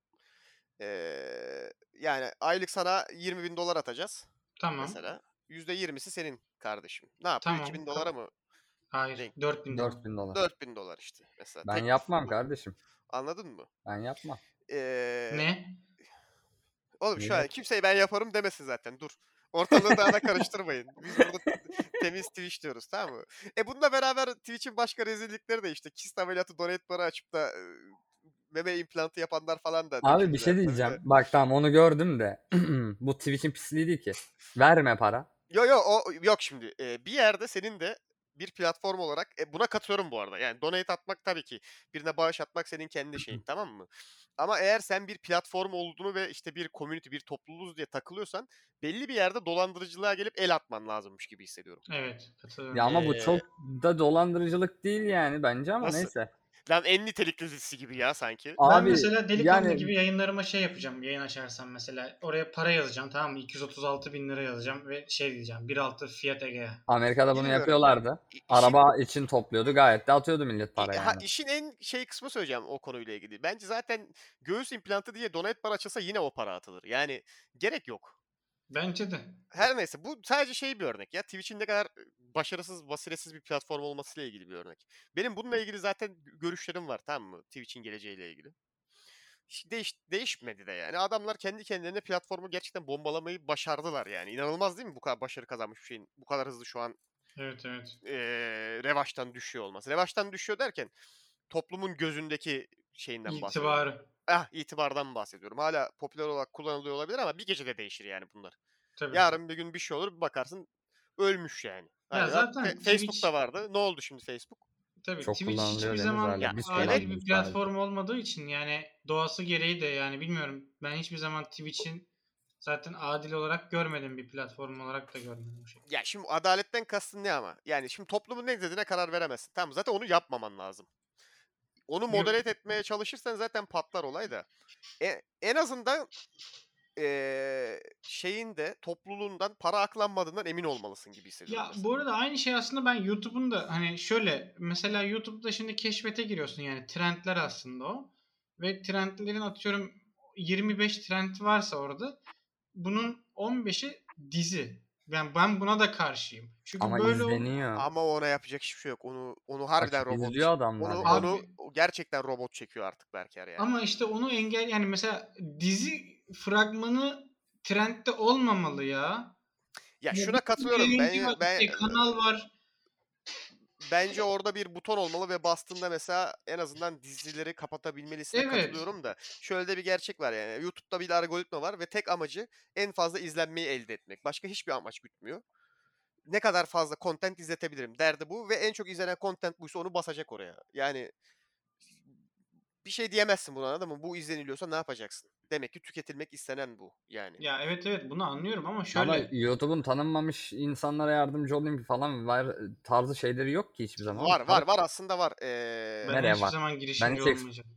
Speaker 4: Ee, yani aylık sana yirmi bin dolar atacağız
Speaker 3: Tamam.
Speaker 4: mesela. yüzde yirmisi senin kardeşim. Ne yapıyor?
Speaker 3: Tamam.
Speaker 4: iki bin dolara mı
Speaker 3: Hayır.
Speaker 4: denk?
Speaker 3: dört bin dolar.
Speaker 5: dört bin dolar.
Speaker 4: dört bin dolar işte mesela.
Speaker 5: Ben
Speaker 4: Teklif
Speaker 5: yapmam
Speaker 4: bu.
Speaker 5: kardeşim.
Speaker 4: Anladın mı?
Speaker 5: Ben yapmam.
Speaker 4: Ee,
Speaker 3: Ne?
Speaker 4: Oğlum şu an
Speaker 5: Millet-
Speaker 4: kimseye ben yaparım demesin zaten. Dur. Ortalığı daha da karıştırmayın. Biz burada temiz Twitch diyoruz tamam mı? E bununla beraber Twitch'in başka rezillikleri de işte kist ameliyatı donate para açıp da e, meme implantı yapanlar falan da
Speaker 5: Abi bir şey
Speaker 4: döküldüler tabii
Speaker 5: diyeceğim.
Speaker 4: de.
Speaker 5: Bak tamam onu gördüm de. Bu Twitch'in pisliği değil ki. Verme para.
Speaker 4: Yo yo o yok şimdi. E, bir yerde senin de bir platform olarak e, buna katılıyorum bu arada. Yani donate atmak tabii ki birine bağış atmak senin kendi şeyin tamam mı? Ama eğer sen bir platform olduğunu ve işte bir community, bir topluluğuz diye takılıyorsan belli bir yerde dolandırıcılığa gelip el atman lazımmış gibi hissediyorum.
Speaker 3: Evet. Katılıyorum.
Speaker 5: Ya ama bu
Speaker 4: Ee,
Speaker 5: çok da dolandırıcılık değil yani bence ama
Speaker 4: Nasıl?
Speaker 5: neyse.
Speaker 4: Lan en niteliklisi gibi ya sanki.
Speaker 3: Ben
Speaker 5: Abi
Speaker 3: mesela delikanlı
Speaker 5: yani
Speaker 3: gibi yayınlarıma şey yapacağım. Yayın açarsam mesela oraya para yazacağım tamam mı? iki yüz otuz altı bin lira yazacağım ve şey diyeceğim. bir altı Fiat Egea.
Speaker 5: Amerika'da bunu
Speaker 4: Bilmiyorum.
Speaker 5: yapıyorlardı.
Speaker 4: İ- işin-
Speaker 5: Araba için topluyordu. Gayet de atıyordu millet
Speaker 4: İ-
Speaker 5: para
Speaker 4: ha,
Speaker 5: yani.
Speaker 4: işin en şey kısmı söyleyeceğim o konuyla ilgili. Bence zaten göğüs implantı diye donate para açılsa yine o para atılır. Yani gerek yok.
Speaker 3: Bence de.
Speaker 4: Her neyse bu sadece şey bir örnek ya. Twitch'in ne kadar başarısız, basiretsiz bir platform olmasıyla ilgili bir örnek. Benim bununla ilgili zaten görüşlerim var tamam mı? Twitch'in geleceğiyle ilgili. Hiç değiş, değişmedi de yani. Adamlar kendi kendilerine platformu gerçekten bombalamayı başardılar yani. İnanılmaz değil mi bu kadar başarı kazanmış bir şeyin bu kadar hızlı şu an
Speaker 3: Evet evet.
Speaker 4: eee revaçtan düşüyor olması. Revaçtan düşüyor derken toplumun gözündeki şeyinden bahsediyorum.
Speaker 3: İtibarı.
Speaker 4: Ah itibardan bahsediyorum. Hala popüler olarak kullanılıyor olabilir ama bir gecede değişir yani bunlar.
Speaker 3: Tabii.
Speaker 4: Yarın bir gün bir şey olur bir bakarsın ölmüş yani.
Speaker 3: Ya
Speaker 4: Hani
Speaker 3: zaten
Speaker 4: Fe-
Speaker 3: Twitch-
Speaker 4: Facebook'ta vardı. Ne oldu şimdi Facebook?
Speaker 3: Tabii
Speaker 5: Çok
Speaker 3: Twitch
Speaker 5: kullanılıyor
Speaker 3: hiçbir
Speaker 5: Deniz
Speaker 3: zaman
Speaker 5: hala.
Speaker 4: Ya,
Speaker 5: Biz
Speaker 3: adil
Speaker 4: evet.
Speaker 3: bir
Speaker 5: kullanmıyoruz
Speaker 3: platform olmadığı için yani doğası gereği de yani bilmiyorum. Ben hiçbir zaman Twitch'in zaten adil olarak görmedim, bir platform olarak da görmedim bu şey.
Speaker 4: Ya şimdi adaletten kastın ne ama? Yani şimdi toplumun ne dediğine karar veremezsin. Tamam zaten onu yapmaman lazım. Onu
Speaker 3: Yok.
Speaker 4: moderate etmeye çalışırsan zaten patlar olay da. E, en azından eee, şeyin de topluluğundan para aklanmadığından emin olmalısın gibi hissediyorum.
Speaker 3: Ya
Speaker 4: mesela.
Speaker 3: bu arada aynı şey aslında ben YouTube'un da hani şöyle mesela YouTube'da şimdi keşfete giriyorsun yani trendler aslında o. Ve trendlerin atıyorum yirmi beş trend varsa orada bunun on beşi dizi. Yani ben buna da karşıyım. Çünkü
Speaker 5: Ama
Speaker 3: böyle ol-
Speaker 5: izleniyor.
Speaker 4: Ama ona yapacak hiçbir şey yok. Onu onu harbiden
Speaker 5: Açıp
Speaker 4: robot.
Speaker 5: izliyor adamlar
Speaker 4: Onu
Speaker 5: ya.
Speaker 3: Abi-
Speaker 4: onu gerçekten robot çekiyor artık Berker yani.
Speaker 3: ama işte onu engel yani mesela dizi fragmanı trendde olmamalı ya.
Speaker 4: Ya
Speaker 3: Ya
Speaker 4: şuna
Speaker 3: bir
Speaker 4: katılıyorum.
Speaker 3: yayıncı
Speaker 4: Ben,
Speaker 3: var,
Speaker 4: ben
Speaker 3: işte kanal var.
Speaker 4: bence orada bir buton olmalı ve bastığında mesela en azından dizileri kapatabilmelisine
Speaker 3: Evet.
Speaker 4: katılıyorum da şöyle de bir gerçek var yani. YouTube'da bir algoritma var ve tek amacı en fazla izlenmeyi elde etmek. Başka hiçbir amaç gütmüyor. Ne kadar fazla content izletebilirim derdi bu ve en çok izlenen content buysa onu basacak oraya. Yani bir şey diyemezsin buna, anladın mı? Bu izleniliyorsa ne yapacaksın? Demek ki tüketilmek istenen bu yani.
Speaker 3: Ya evet evet bunu anlıyorum ama
Speaker 5: Ama
Speaker 3: şöyle.
Speaker 5: YouTube'un tanınmamış insanlara yardımcı olayım falan var tarzı şeyleri yok ki hiçbir zaman.
Speaker 4: Var var var aslında var. Ee,
Speaker 3: Ben
Speaker 5: Nereye
Speaker 3: hiçbir
Speaker 5: var?
Speaker 3: zaman
Speaker 5: Ben
Speaker 3: girişimci
Speaker 5: hiç eks-
Speaker 3: olmayacağım.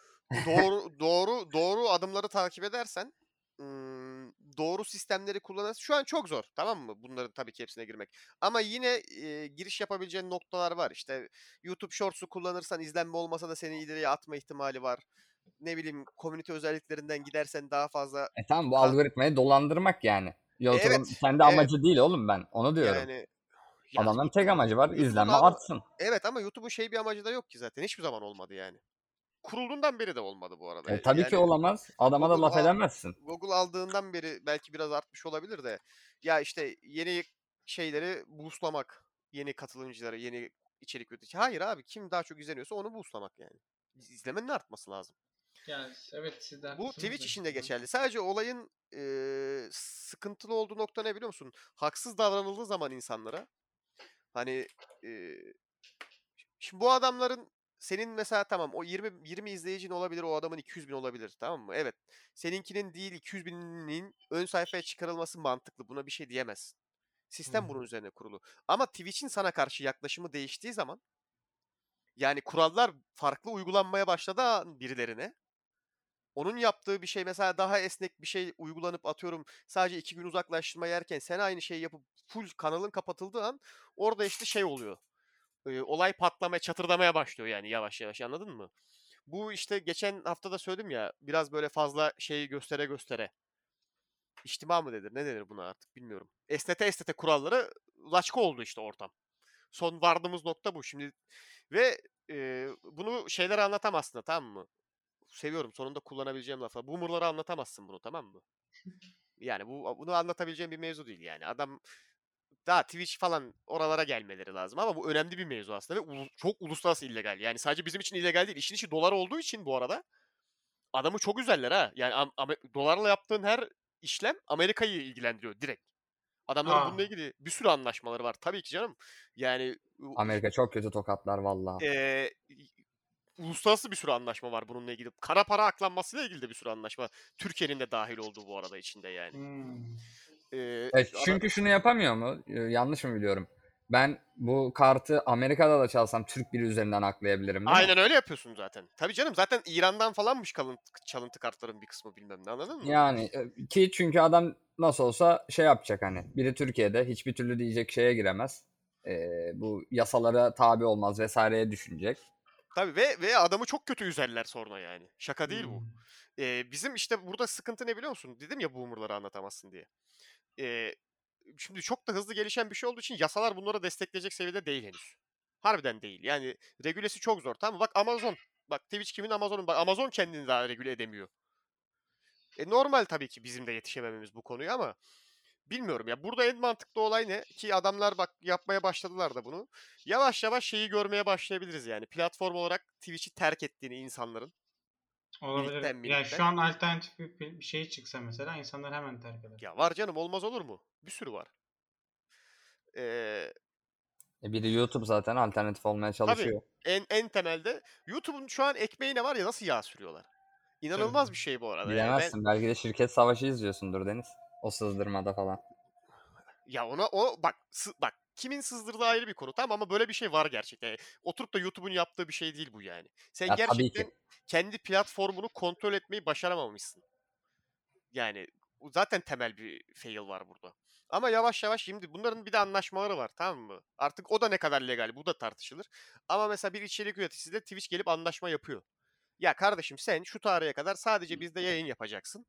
Speaker 4: doğru doğru doğru adımları takip edersen, ım, doğru sistemleri kullanırsan şu an çok zor, tamam mı? Bunların tabii ki hepsine girmek. Ama yine e, giriş yapabileceğin noktalar var. İşte YouTube Shorts'u kullanırsan izlenme olmasa da seni ileriye atma ihtimali var. Ne bileyim, community özelliklerinden gidersen daha fazla
Speaker 5: E tamam bu
Speaker 4: ka-
Speaker 5: algoritmayı dolandırmak yani. YouTube'un
Speaker 4: evet
Speaker 5: kendi
Speaker 4: evet
Speaker 5: amacı değil oğlum ben. Onu diyorum.
Speaker 4: yani ya
Speaker 5: Adamların tek amacı var
Speaker 4: YouTube'un
Speaker 5: izlenme
Speaker 4: ama
Speaker 5: artsın.
Speaker 4: evet ama YouTube'un şey bir amacı da yok ki zaten. Hiçbir zaman olmadı yani. Kurulduğundan beri de olmadı bu arada.
Speaker 5: E tabii ki
Speaker 4: Yani
Speaker 5: olamaz. Adama da
Speaker 4: Google
Speaker 5: laf
Speaker 4: a-
Speaker 5: edemezsin.
Speaker 4: Google aldığından beri belki biraz artmış olabilir de, ya işte yeni şeyleri boostlamak, yeni katılımcıları, yeni içerik üretici. Hayır abi, kim daha çok izleniyorsa onu boostlamak yani. İzlemenin artması lazım.
Speaker 3: Yani evet siz de
Speaker 4: Bu
Speaker 3: haklısınız
Speaker 4: Twitch
Speaker 3: da
Speaker 4: için de
Speaker 3: işte.
Speaker 4: geçerli. Sadece olayın eee, sıkıntılı olduğu nokta ne biliyor musun? Haksız davranıldığı zaman insanlara, hani eee, şimdi bu adamların, senin mesela tamam o yirmi yirmi izleyicin olabilir, o adamın iki yüz bin olabilir, tamam mı? Evet. Seninkinin değil iki yüz binin ön sayfaya çıkarılması mantıklı. Buna bir şey diyemezsin. Sistem bunun üzerine kurulu. Ama Twitch'in sana karşı yaklaşımı değiştiği zaman, yani kurallar farklı uygulanmaya başladı an birilerine. Onun yaptığı bir şey mesela daha esnek bir şey uygulanıp, atıyorum sadece iki gün uzaklaştırma yerken sen aynı şeyi yapıp full kanalın kapatıldığı an, orada işte şey oluyor. Eee, olay patlamaya, çatırdamaya başlıyor yani yavaş yavaş, anladın mı? Bu işte geçen hafta da söyledim ya, biraz böyle fazla şeyi göstere göstere. İçtima mı denir, ne denir buna artık bilmiyorum. Esnete esnete kuralları laçka oldu işte ortam. Son vardığımız nokta bu şimdi ve eee, bunu şeylere anlatamazsın da, tamam mı? Seviyorum sonunda kullanabileceğim lafa. Boomer'lara anlatamazsın bunu, tamam mı? Yani bu bunu anlatabileceğim bir mevzu değil yani. Adam daha Twitch falan oralara gelmeleri lazım ama bu önemli bir mevzu aslında ve ulu- çok uluslararası illegal. Yani sadece bizim için illegal değil. İşin içi dolar olduğu için bu arada adamı çok üzerler ha. Yani am- Amer- dolarla yaptığın her işlem Amerika'yı ilgilendiriyor direkt. Adamların bununla
Speaker 3: Aa,
Speaker 4: ilgili bir sürü anlaşmaları var. Tabii ki canım. Yani u-
Speaker 5: Amerika çok kötü tokatlar vallahi.
Speaker 4: eee, uluslararası bir sürü anlaşma var bununla ilgili. Kara para aklanmasıyla ilgili de bir sürü anlaşma. Türkiye'nin de dahil olduğu bu arada içinde yani.
Speaker 3: hmm.
Speaker 4: Eee,
Speaker 5: E
Speaker 4: ana-
Speaker 5: çünkü şunu yapamıyor mu? E, yanlış mı biliyorum? Ben bu kartı Amerika'da da çalsam Türk biri üzerinden aklayabilirim değil mi?
Speaker 4: Aynen öyle yapıyorsun zaten. Tabii canım, zaten İran'dan falanmış kalıntı, çalıntı kartların bir kısmı, bilmem ne, anladın mı?
Speaker 5: Yani e, ki çünkü adam nasıl olsa şey yapacak hani. Biri Türkiye'de hiçbir türlü diyecek şeye giremez. E, bu yasalara tabi olmaz vesaireye düşünecek.
Speaker 4: Tabii ve ve adamı çok kötü üzerler sonra yani. Şaka değil bu.
Speaker 3: Hmm.
Speaker 4: Ee, bizim işte burada sıkıntı ne biliyor musun? Dedim ya boomer'ları anlatamazsın diye. Ee, şimdi çok da hızlı gelişen bir şey olduğu için yasalar bunları destekleyecek seviyede değil henüz. Harbiden değil. Yani regülesi çok zor, tamam mı? Bak Amazon. Bak Twitch kimin, Amazon'un. Bak Amazon kendini daha regüle edemiyor. E normal tabii ki bizim de yetişemememiz bu konuya ama bilmiyorum ya. Burada en mantıklı olay ne? Ki adamlar bak yapmaya başladılar da bunu. Yavaş yavaş şeyi görmeye başlayabiliriz yani. Platform olarak Twitch'i terk ettiğini insanların.
Speaker 3: Olabilir.
Speaker 4: Milikten
Speaker 3: Yani şu
Speaker 4: milikten.
Speaker 3: an alternatif bir, bir bir şey çıksa mesela insanlar hemen terk eder.
Speaker 4: Ya var canım, olmaz olur mu? Bir sürü var. Ee,
Speaker 5: E biri YouTube zaten alternatif olmaya
Speaker 4: tabii
Speaker 5: çalışıyor.
Speaker 4: en en temelde YouTube'un şu an ekmeğine var ya, nasıl yağ sürüyorlar.
Speaker 3: Tabii.
Speaker 4: İnanılmaz bir şey bu arada yani. Ben
Speaker 5: Bilemezsin. Belki de şirket savaşı izliyorsundur Deniz. O sızdırmada falan.
Speaker 4: ya ona o bak sı- bak kimin sızdırdığı ayrı bir konu, tamam, ama böyle bir şey var gerçekten. Yani oturup da YouTube'un yaptığı bir şey değil bu yani. Sen
Speaker 5: Ya tabii ki.
Speaker 4: gerçekten kendi platformunu kontrol etmeyi başaramamışsın. Yani bu zaten temel bir fail var burada. Ama yavaş yavaş şimdi bunların bir de anlaşmaları var, tamam mı? Artık o da ne kadar legal, bu da tartışılır. Ama mesela bir içerik üreticisi de Twitch gelip anlaşma yapıyor. Ya kardeşim sen şu tarihe kadar sadece bizde yayın yapacaksın.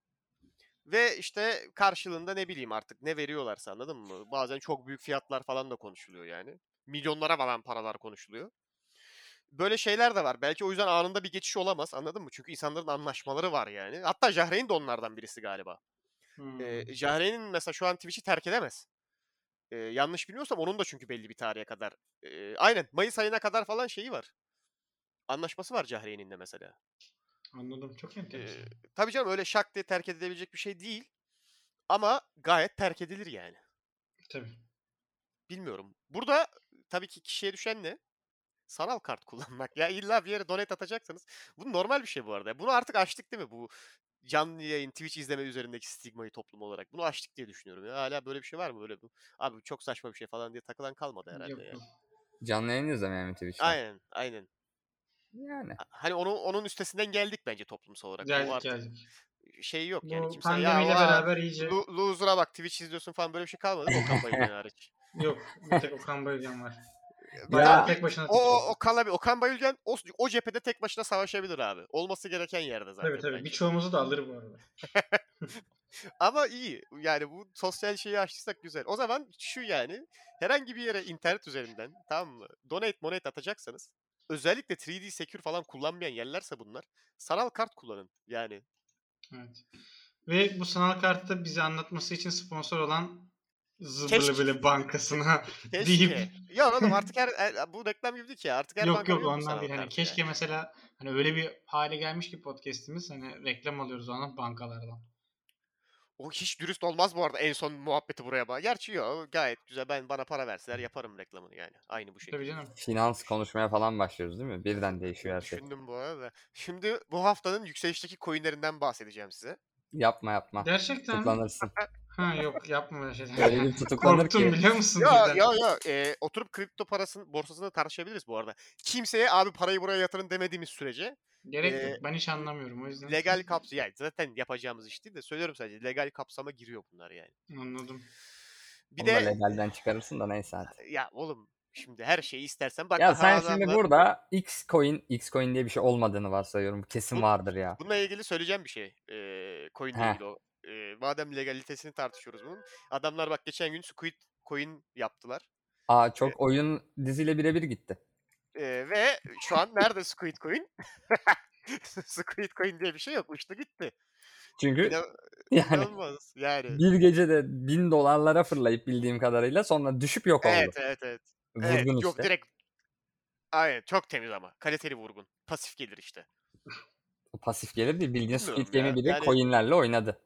Speaker 4: Ve işte karşılığında ne bileyim artık ne veriyorlarsa, anladın mı? Bazen çok büyük fiyatlar falan da konuşuluyor yani. Milyonlara varan paralar konuşuluyor. Böyle şeyler de var. Belki o yüzden anında bir geçiş olamaz, anladın mı? Çünkü insanların anlaşmaları var yani. Hatta Jahreyn de onlardan birisi galiba.
Speaker 3: Hmm.
Speaker 4: Ee, Jahreyn'in mesela şu an Twitch'i terk edemez. Ee, yanlış bilmiyorsam onun da çünkü belli bir tarihe kadar. Ee, aynen Mayıs ayına kadar falan şeyi var. Anlaşması var Jahreyn'in de mesela.
Speaker 3: Anladım. Çok enteresan.
Speaker 4: Ee, tabii canım öyle şak diye terk edilebilecek bir şey değil. Ama gayet terk edilir yani.
Speaker 3: Tabii.
Speaker 4: Bilmiyorum. Burada tabii ki kişiye düşen ne? Sanal kart kullanmak. Ya illa bir yere donate atacaksanız. Bu normal bir şey bu arada. Bunu artık aştık değil mi? Bu canlı yayın, Twitch izleme üzerindeki stigmayı toplum olarak. Bunu aştık diye düşünüyorum. Ya hala böyle bir şey var mı? Böyle bu. Abi çok saçma bir şey falan diye takılan kalmadı herhalde
Speaker 3: Yok
Speaker 4: yani.
Speaker 3: yok.
Speaker 5: Canlı yayın izlemeye mi Twitch'ten?
Speaker 4: Aynen, aynen.
Speaker 5: Yani.
Speaker 4: Ha- Hani onun onun üstesinden geldik bence toplumsal olarak. Bu
Speaker 3: Geldik
Speaker 4: artık
Speaker 3: geldik.
Speaker 4: şey yok yani.
Speaker 3: Bu
Speaker 4: Kimse ya
Speaker 3: pandemiyle
Speaker 4: oha
Speaker 3: beraber iyice
Speaker 4: lo- loser'a bak Twitch izliyorsun falan böyle bir şey kalmadı değil mi? Okan Bayülgen hariç.
Speaker 3: yok. Bir tek Okan Bayülgen var.
Speaker 4: Bir
Speaker 3: Bayağı
Speaker 4: tane
Speaker 3: tek
Speaker 4: bir
Speaker 3: başına
Speaker 4: o, o
Speaker 3: tutuyor.
Speaker 4: Okan abi Okan Bayülgen o, o cephede tek başına savaşabilir abi. Olması gereken yerde
Speaker 3: Tabii
Speaker 4: zaten
Speaker 3: tabii.
Speaker 4: bence.
Speaker 3: Birçoğumuzu da alır bu arada.
Speaker 4: Ama iyi. Yani bu sosyal şeyi açtıysak güzel. O zaman şu yani herhangi bir yere internet üzerinden tamam mı? Donate monate atacaksanız özellikle üç D Secure falan kullanmayan yerlerse bunlar sanal kart kullanın. Yani
Speaker 3: Evet. Ve bu sanal kartı bize anlatması için sponsor olan
Speaker 4: keşke
Speaker 3: Zıbılıbılı Bankası'na deyip
Speaker 4: keşke. Ya oğlum artık her, her- bu reklam gibi değil ki ya. Artık her
Speaker 3: yok
Speaker 4: bankanın
Speaker 3: yok
Speaker 4: yok mu
Speaker 3: ondan
Speaker 4: sanal
Speaker 3: değil. Hani
Speaker 4: kartı
Speaker 3: keşke
Speaker 4: yani?
Speaker 3: mesela hani öyle bir hale gelmiş ki podcast'imiz hani reklam alıyoruz ondan bankalardan.
Speaker 4: O hiç dürüst olmaz bu arada en son muhabbeti buraya bak. Gerçi yok gayet güzel. Ben bana para verseler yaparım reklamını yani. Aynı bu
Speaker 3: Tabii
Speaker 4: şekilde.
Speaker 3: canım.
Speaker 5: Finans konuşmaya falan başlıyoruz değil mi? Birden değişiyor her şey.
Speaker 4: Düşündüm bu arada. Şimdi bu haftanın yükselişteki coinlerinden bahsedeceğim size.
Speaker 5: Yapma yapma.
Speaker 3: Gerçekten mi?
Speaker 5: Tutuklanırsın.
Speaker 3: Ha yok yapma böyle şeyler.
Speaker 5: Öyle bir tutuklanır
Speaker 3: Korktum
Speaker 5: ki.
Speaker 3: biliyor musun
Speaker 4: Ya
Speaker 3: birden?
Speaker 4: ya ya e, oturup kripto parasını borsasını tartışabiliriz bu arada. Kimseye abi parayı buraya yatırın demediğimiz sürece
Speaker 3: Gerek
Speaker 4: e,
Speaker 3: yok. Ben hiç anlamıyorum o yüzden.
Speaker 4: legal kapsam yani zaten yapacağımız iş değil de söylüyorum sadece legal kapsama giriyor bunlar yani.
Speaker 3: Anladım.
Speaker 4: Bir
Speaker 5: Onu da
Speaker 4: de
Speaker 5: legalden çıkarırsın da neyse hadi.
Speaker 4: ya oğlum şimdi her şeyi istersen bak
Speaker 5: Ya
Speaker 4: aha
Speaker 5: sen şimdi
Speaker 4: adamlar
Speaker 5: burada X coin, X coin diye bir şey olmadığını varsayıyorum. Kesin
Speaker 4: bu,
Speaker 5: vardır ya.
Speaker 4: bununla ilgili söyleyeceğim bir şey. E, coin'le
Speaker 5: Heh.
Speaker 4: ilgili o. E, madem legalitesini tartışıyoruz bunun. Adamlar bak geçen gün Squid Coin yaptılar.
Speaker 5: Aa çok oyun diziyle birebir gitti.
Speaker 4: E, ve şu an nerede Squid Coin? Squid Coin diye bir şey yok. Uçtu gitti.
Speaker 5: Çünkü
Speaker 4: İnan,
Speaker 5: yani
Speaker 4: inanılmaz yani.
Speaker 5: bir gecede bin dolarlara fırlayıp bildiğim kadarıyla sonra düşüp yok oldu.
Speaker 4: Evet evet evet. Evet
Speaker 5: Vurgun
Speaker 4: yok
Speaker 5: işte.
Speaker 4: direkt. Aynen çok temiz ama. Kaliteli vurgun. Pasif gelir işte.
Speaker 5: Pasif gelir değil. Bildiğin Squid
Speaker 4: Bilmiyorum
Speaker 5: Game'i
Speaker 4: ya.
Speaker 5: bile
Speaker 4: Yani
Speaker 5: coinlerle oynadı.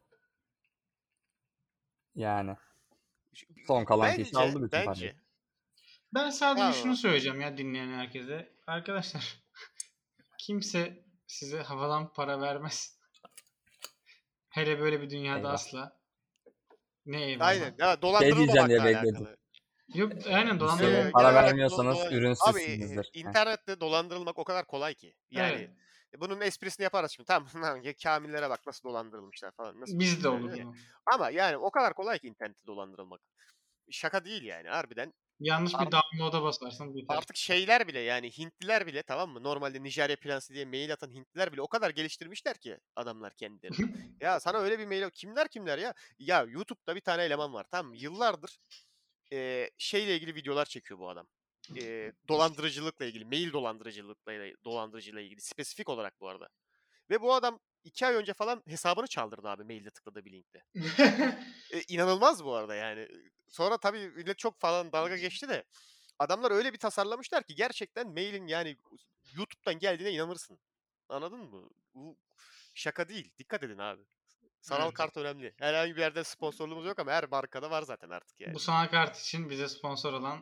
Speaker 5: Yani. Son kalan kişi
Speaker 4: bence
Speaker 5: aldı bütün parayı.
Speaker 4: bence.
Speaker 3: Ben sadece
Speaker 4: Tamam.
Speaker 3: şunu söyleyeceğim ya dinleyen herkese. Arkadaşlar kimse size havadan para vermez. Hele böyle bir dünyada
Speaker 5: Eyvah.
Speaker 3: asla. Ne eyvallah.
Speaker 4: Aynen. Ya,
Speaker 5: Şey diyeceğim
Speaker 4: dolandırılmamakla
Speaker 5: diye bekledim.
Speaker 4: alakalı.
Speaker 3: Yok aynen
Speaker 5: Bir
Speaker 3: dolandırılma.
Speaker 5: şeye
Speaker 4: Ee,
Speaker 5: para
Speaker 4: genel olarak do-
Speaker 5: vermiyorsanız
Speaker 4: dolan- Abi
Speaker 5: ürünsüzsünüzdür.
Speaker 4: e, internette dolandırılmak o kadar kolay ki. Yani
Speaker 3: Evet.
Speaker 4: bunun esprisini yaparız şimdi. Tamam lan ya kamillere bak nasıl dolandırılmışlar falan. Nasıl bir şey
Speaker 3: Biz de
Speaker 4: yani,
Speaker 3: olur
Speaker 4: değil mi?
Speaker 3: mu?
Speaker 4: Ama yani o kadar kolay ki internette dolandırılmak. Şaka değil yani harbiden.
Speaker 3: Yanlış bir
Speaker 4: Art-
Speaker 3: download'a basarsın biter.
Speaker 4: Artık şeyler bile yani Hintliler bile tamam mı? Normalde Nijerya prensi diye mail atan Hintliler bile o kadar geliştirmişler ki adamlar kendilerini. Ya sana öyle bir mail kimler kimler ya? Ya YouTube'da bir tane eleman var tamam mı? Yıllardır e, şeyle ilgili videolar çekiyor bu adam. E, dolandırıcılıkla ilgili, mail dolandırıcılıkla dolandırıcılıkla ilgili spesifik olarak bu arada. Ve bu adam iki ay önce falan hesabını çaldırdı abi mailde tıkladığı bir linkte. E, inanılmaz bu arada yani. Sonra tabii millet çok falan dalga geçti de adamlar öyle bir tasarlamışlar ki gerçekten mailin yani YouTube'dan geldiğine inanırsın. Anladın mı? Bu şaka değil. Dikkat edin abi. Sanal
Speaker 3: Evet.
Speaker 4: kart önemli. Herhangi bir yerden sponsorluğumuz yok ama her markada var zaten artık yani.
Speaker 3: Bu sanal kart için bize sponsor olan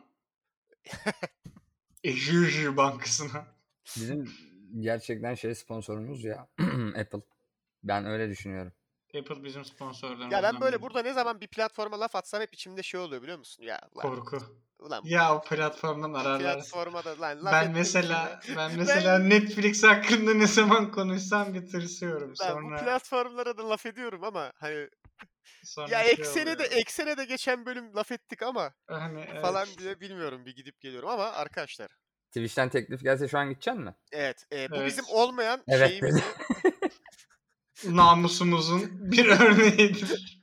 Speaker 3: Ejürjü Bankası'na.
Speaker 5: Bizim gerçekten şey sponsorumuz ya. Apple. Ben öyle düşünüyorum.
Speaker 3: Apple bizim sponsorlarımızdan.
Speaker 4: Ya ben böyle
Speaker 3: biri.
Speaker 4: burada ne zaman bir platforma laf atsam hep içimde şey oluyor biliyor musun? Ya ulan,
Speaker 3: Korku.
Speaker 4: ulan
Speaker 3: Ya o platformdan
Speaker 4: bu
Speaker 3: ararlar.
Speaker 4: platforma da lan laf
Speaker 3: Ben
Speaker 4: ettim
Speaker 3: mesela
Speaker 4: içinde.
Speaker 3: ben mesela Netflix hakkında ne zaman konuşsam bir tırsıyorum.
Speaker 4: Lan bu
Speaker 3: Sonra
Speaker 4: platformlara da laf ediyorum ama hani
Speaker 3: sonra
Speaker 4: ya
Speaker 3: şey
Speaker 4: eksene de
Speaker 3: oluyor.
Speaker 4: eksene de geçen bölüm laf ettik ama
Speaker 3: Hani evet.
Speaker 4: falan diye bilmiyorum bir gidip geliyorum ama arkadaşlar.
Speaker 5: Twitch'ten teklif gelse şu an gideceksin mi?
Speaker 4: Evet, e, bu
Speaker 3: Evet.
Speaker 4: bizim olmayan
Speaker 5: Evet
Speaker 4: şeyimizi
Speaker 3: Namusumuzun bir örneğidir.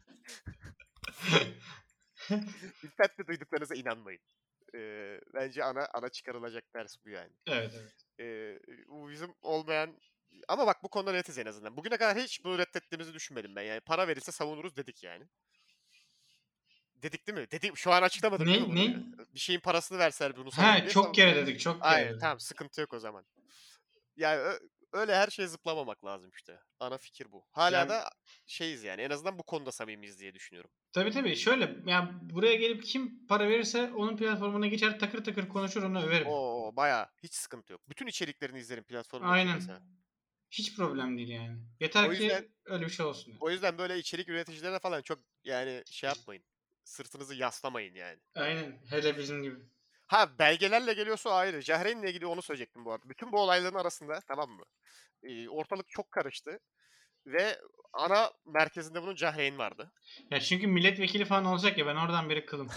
Speaker 4: internette duyduklarınıza inanmayın. E, bence ana ana çıkarılacak ders bu yani.
Speaker 3: Evet evet.
Speaker 4: E, bu bizim olmayan ama bak bu konuda netiz en azından. Bugüne kadar hiç bunu reddettiğimizi düşünmedim ben. Yani para verirse savunuruz dedik yani. Dedik değil mi? Dedik şu an açıklamadım değil mi
Speaker 3: Ne
Speaker 4: bunu?
Speaker 3: ne?
Speaker 4: Bir şeyin parasını verseler bunu savunur
Speaker 3: Ha
Speaker 4: diye
Speaker 3: çok
Speaker 4: savun.
Speaker 3: kere dedik çok kere
Speaker 4: Aynen
Speaker 3: dedik.
Speaker 4: tamam sıkıntı yok o zaman. Yani ö- Öyle her şeye zıplamamak lazım işte. Ana fikir bu. Hala
Speaker 3: Yani
Speaker 4: da şeyiz yani. En azından bu konuda samimiyiz diye düşünüyorum.
Speaker 3: tabii tabii şöyle yani buraya gelip kim para verirse onun platformuna geçer takır takır konuşur onu överim.
Speaker 4: Oo bayağı hiç sıkıntı yok. Bütün içeriklerini izlerim platformdaki
Speaker 3: Aynen.
Speaker 4: mesela.
Speaker 3: Hiç problem değil yani. Yeter
Speaker 4: O yüzden
Speaker 3: ki öyle bir şey olsun. Yani.
Speaker 4: o yüzden böyle içerik üreticilerine falan çok yani şey yapmayın. Sırtınızı yaslamayın yani.
Speaker 3: Aynen. Hele bizim gibi.
Speaker 4: Ha belgelerle geliyorsa ayrı. Cahreyn'le ilgili onu söyleyecektim bu arada. Bütün bu olayların arasında tamam mı? Ee, ortalık çok karıştı. Ve ana merkezinde bunun Cahreyn vardı.
Speaker 3: Ya çünkü milletvekili falan olacak ya ben oradan beri kılım.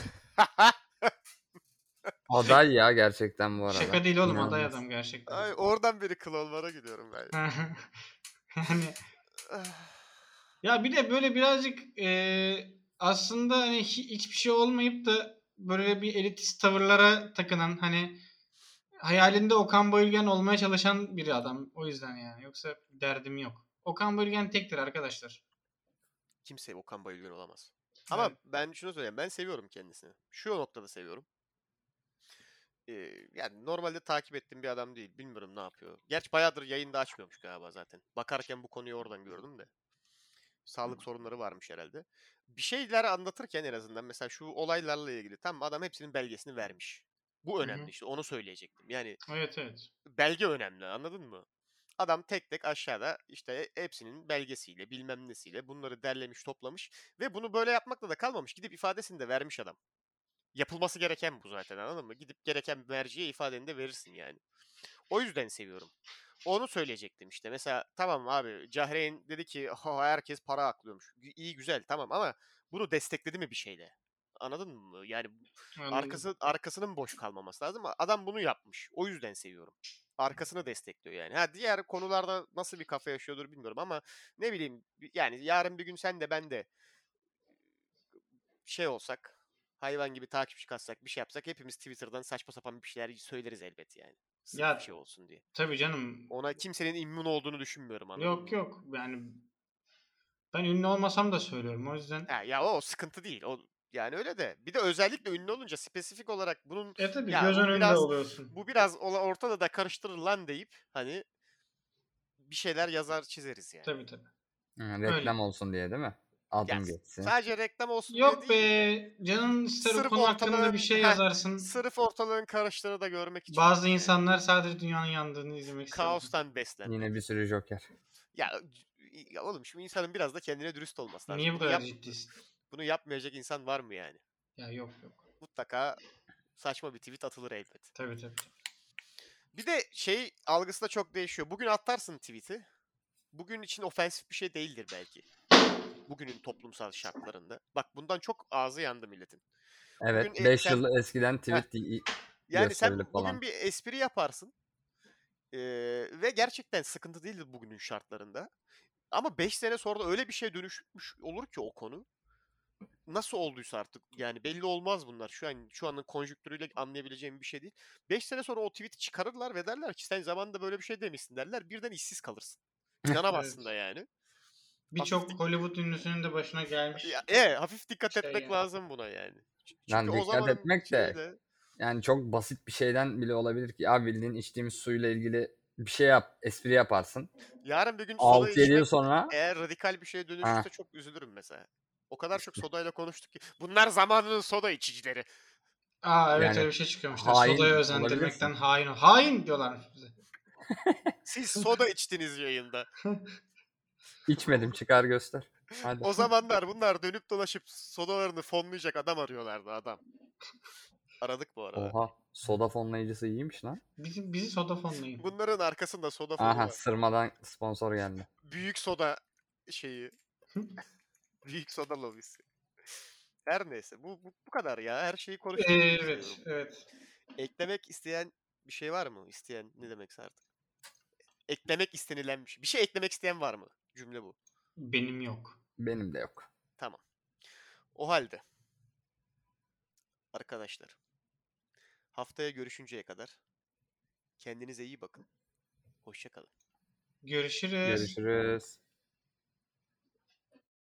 Speaker 5: Aday ya gerçekten bu arada.
Speaker 3: Şaka değil oğlum aday
Speaker 5: İnanılmaz.
Speaker 3: adam gerçekten.
Speaker 4: Ay, oradan biri kıl olmana gidiyorum ben.
Speaker 3: yani ya bir de böyle birazcık e, aslında hani hi- hiçbir şey olmayıp da böyle bir elitist tavırlara takınan hani hayalinde Okan Bayülgen olmaya çalışan bir adam. O yüzden yani. Yoksa derdim yok. Okan Bayülgen tektir arkadaşlar.
Speaker 4: Kimse Okan Bayülgen olamaz. Ama
Speaker 3: Evet.
Speaker 4: ben şunu söyleyeyim. Ben seviyorum kendisini. Şu noktada seviyorum. Ee, yani normalde takip ettiğim bir adam değil. Bilmiyorum ne yapıyor. Gerçi bayağıdır yayında açmıyormuş galiba zaten. Bakarken bu konuyu oradan gördüm de. Sağlık sorunları varmış herhalde. Bir şeyler anlatırken en azından mesela şu olaylarla ilgili tam adam hepsinin belgesini vermiş. Bu
Speaker 3: Hı
Speaker 4: önemli
Speaker 3: hı.
Speaker 4: işte onu söyleyecektim. Yani
Speaker 3: Evet evet.
Speaker 4: belge önemli anladın mı? Adam tek tek aşağıda işte hepsinin belgesiyle bilmem nesiyle bunları derlemiş toplamış ve bunu böyle yapmakla da kalmamış. Gidip ifadesini de vermiş adam. Yapılması gereken bu zaten anladın mı? Gidip gereken merciye ifadeni de verirsin yani. O yüzden seviyorum. Onu söyleyecektim işte. Mesela tamam abi Cahreyn dedi ki "Ha, herkes para aklıyormuş. Gü- İyi güzel tamam ama bunu destekledi mi bir şeyle? Anladın mı? Yani
Speaker 3: Anladım.
Speaker 4: arkası arkasının boş kalmaması lazım ama adam bunu yapmış. O yüzden seviyorum. Arkasını destekliyor yani. Ha diğer konularda nasıl bir kafa yaşıyordur bilmiyorum ama ne bileyim yani yarın bir gün sen de ben de şey olsak hayvan gibi takipçi kassak bir şey yapsak hepimiz Twitter'dan saçma sapan bir şeyler söyleriz elbet yani. Sırf bir
Speaker 3: Ya
Speaker 4: şey olsun diye.
Speaker 3: tabii canım.
Speaker 4: Ona kimsenin immün olduğunu düşünmüyorum anladın
Speaker 3: Yok
Speaker 4: mı?
Speaker 3: yok. Yani ben ünlü olmasam da söylüyorum. O yüzden
Speaker 4: Ha, ya o sıkıntı değil. O yani öyle de. Bir de özellikle ünlü olunca spesifik olarak bunun
Speaker 3: e tabii
Speaker 4: ya
Speaker 3: göz
Speaker 4: bu
Speaker 3: önünde
Speaker 4: biraz
Speaker 3: oluyorsun.
Speaker 4: bu biraz ola- ortada da karıştırır lan deyip hani bir şeyler yazar çizeriz yani.
Speaker 3: Tabii tabii.
Speaker 5: Hı,
Speaker 3: Öyle.
Speaker 5: reklam olsun diye değil mi?
Speaker 4: Ya
Speaker 5: Adım
Speaker 4: s-
Speaker 5: geçsin.
Speaker 4: sadece reklam olsun diye
Speaker 3: Yok be.
Speaker 4: değil de
Speaker 3: Canın ister o
Speaker 4: sırf
Speaker 3: konu hakkında bir
Speaker 4: ortalığın
Speaker 3: şey
Speaker 4: heh,
Speaker 3: yazarsın.
Speaker 4: sırf ortalığın karıştığını da görmek için
Speaker 3: Bazı
Speaker 4: yani.
Speaker 3: insanlar sadece dünyanın yandığını izlemek ister.
Speaker 4: Kaostan beslenmek.
Speaker 5: Yine bir sürü joker.
Speaker 4: Ya, ya oğlum şu insanın biraz da kendine dürüst olması lazım.
Speaker 3: Niye bu
Speaker 4: Bunu
Speaker 3: kadar
Speaker 4: yap
Speaker 3: ciddisin?
Speaker 4: bunu yapmayacak insan var mı yani?
Speaker 3: Ya yok yok.
Speaker 4: Mutlaka saçma bir tweet atılır elbet.
Speaker 3: Tabii tabii.
Speaker 4: Bir de şey algısı da çok değişiyor. Bugün atarsın tweet'i. Bugün için ofensif bir şey değildir belki. Bugünün toplumsal şartlarında. Bak bundan çok ağzı yandı milletin.
Speaker 5: Evet
Speaker 4: Bugün e,
Speaker 5: beş
Speaker 4: sen
Speaker 5: yıl eskiden
Speaker 4: heh,
Speaker 5: tweet y-
Speaker 4: yani sen
Speaker 5: gösterilip
Speaker 4: bugün
Speaker 5: falan.
Speaker 4: bir espri yaparsın. Ee, ve gerçekten sıkıntı değildir bugünün şartlarında. Ama beş sene sonra da öyle bir şey dönüşmüş olur ki o konu. Nasıl olduysa artık yani belli olmaz bunlar. Şu an şu anın konjüktürüyle anlayabileceğim bir şey değil. beş sene sonra o tweet'i çıkarırlar ve derler ki sen zamanında böyle bir şey demişsin derler. Birden işsiz kalırsın. İnanamazsın da
Speaker 3: Evet.
Speaker 4: yani. Hafif
Speaker 3: Birçok
Speaker 4: dik
Speaker 3: Hollywood ünlüsünün de başına gelmiş
Speaker 4: ya, e, hafif dikkat
Speaker 3: şey
Speaker 4: etmek
Speaker 3: yani.
Speaker 4: lazım buna yani. Ç- Çünkü
Speaker 5: Lan
Speaker 4: o
Speaker 5: dikkat
Speaker 4: zamanın
Speaker 5: etmek de
Speaker 4: şeyiyle
Speaker 5: yani çok basit bir şeyden bile olabilir ki. Ya bildiğin içtiğimiz suyla ilgili bir şey yap, espri yaparsın.
Speaker 4: yarın bir gün soda
Speaker 5: altı yedi yıl
Speaker 4: içmek
Speaker 5: sonra
Speaker 4: eğer radikal bir şeye dönüşürse
Speaker 5: ha
Speaker 4: çok üzülürüm mesela. O kadar çok
Speaker 5: işte
Speaker 4: sodayla konuştuk ki. Bunlar zamanının soda içicileri.
Speaker 3: Aa evet
Speaker 5: yani
Speaker 3: öyle bir şey çıkıyormuşlar. Sodaya
Speaker 5: hain
Speaker 3: özendirmekten
Speaker 5: olabilirsin.
Speaker 3: hain. Hain diyorlarmış bize.
Speaker 4: Siz soda içtiniz yayında.
Speaker 5: İçmedim çıkar göster. Hadi.
Speaker 4: O zamanlar bunlar dönüp dolaşıp sodalarını fonlayacak adam arıyorlardı adam. Aradık bu arada.
Speaker 5: Oha soda fonlayıcısı iyiymiş lan.
Speaker 3: Bizi, bizi soda fonlayın.
Speaker 4: Bunların arkasında soda fonu
Speaker 5: Aha
Speaker 4: var.
Speaker 5: sırmadan sponsor geldi.
Speaker 4: Büyük soda şeyi. Büyük soda lobisi. Her neyse bu, bu, bu kadar ya. Her şeyi konuştuk diye
Speaker 3: Evet,
Speaker 4: düşünüyorum.
Speaker 3: evet.
Speaker 4: Eklemek isteyen bir şey var mı? İsteyen ne demekse artık. Eklemek istenilen bir şey. Bir şey eklemek isteyen var mı? Cümle bu.
Speaker 3: Benim yok.
Speaker 5: Benim de yok.
Speaker 4: Tamam. O halde arkadaşlar haftaya görüşünceye kadar kendinize iyi bakın. Hoşça kalın.
Speaker 3: Görüşürüz.
Speaker 5: Görüşürüz.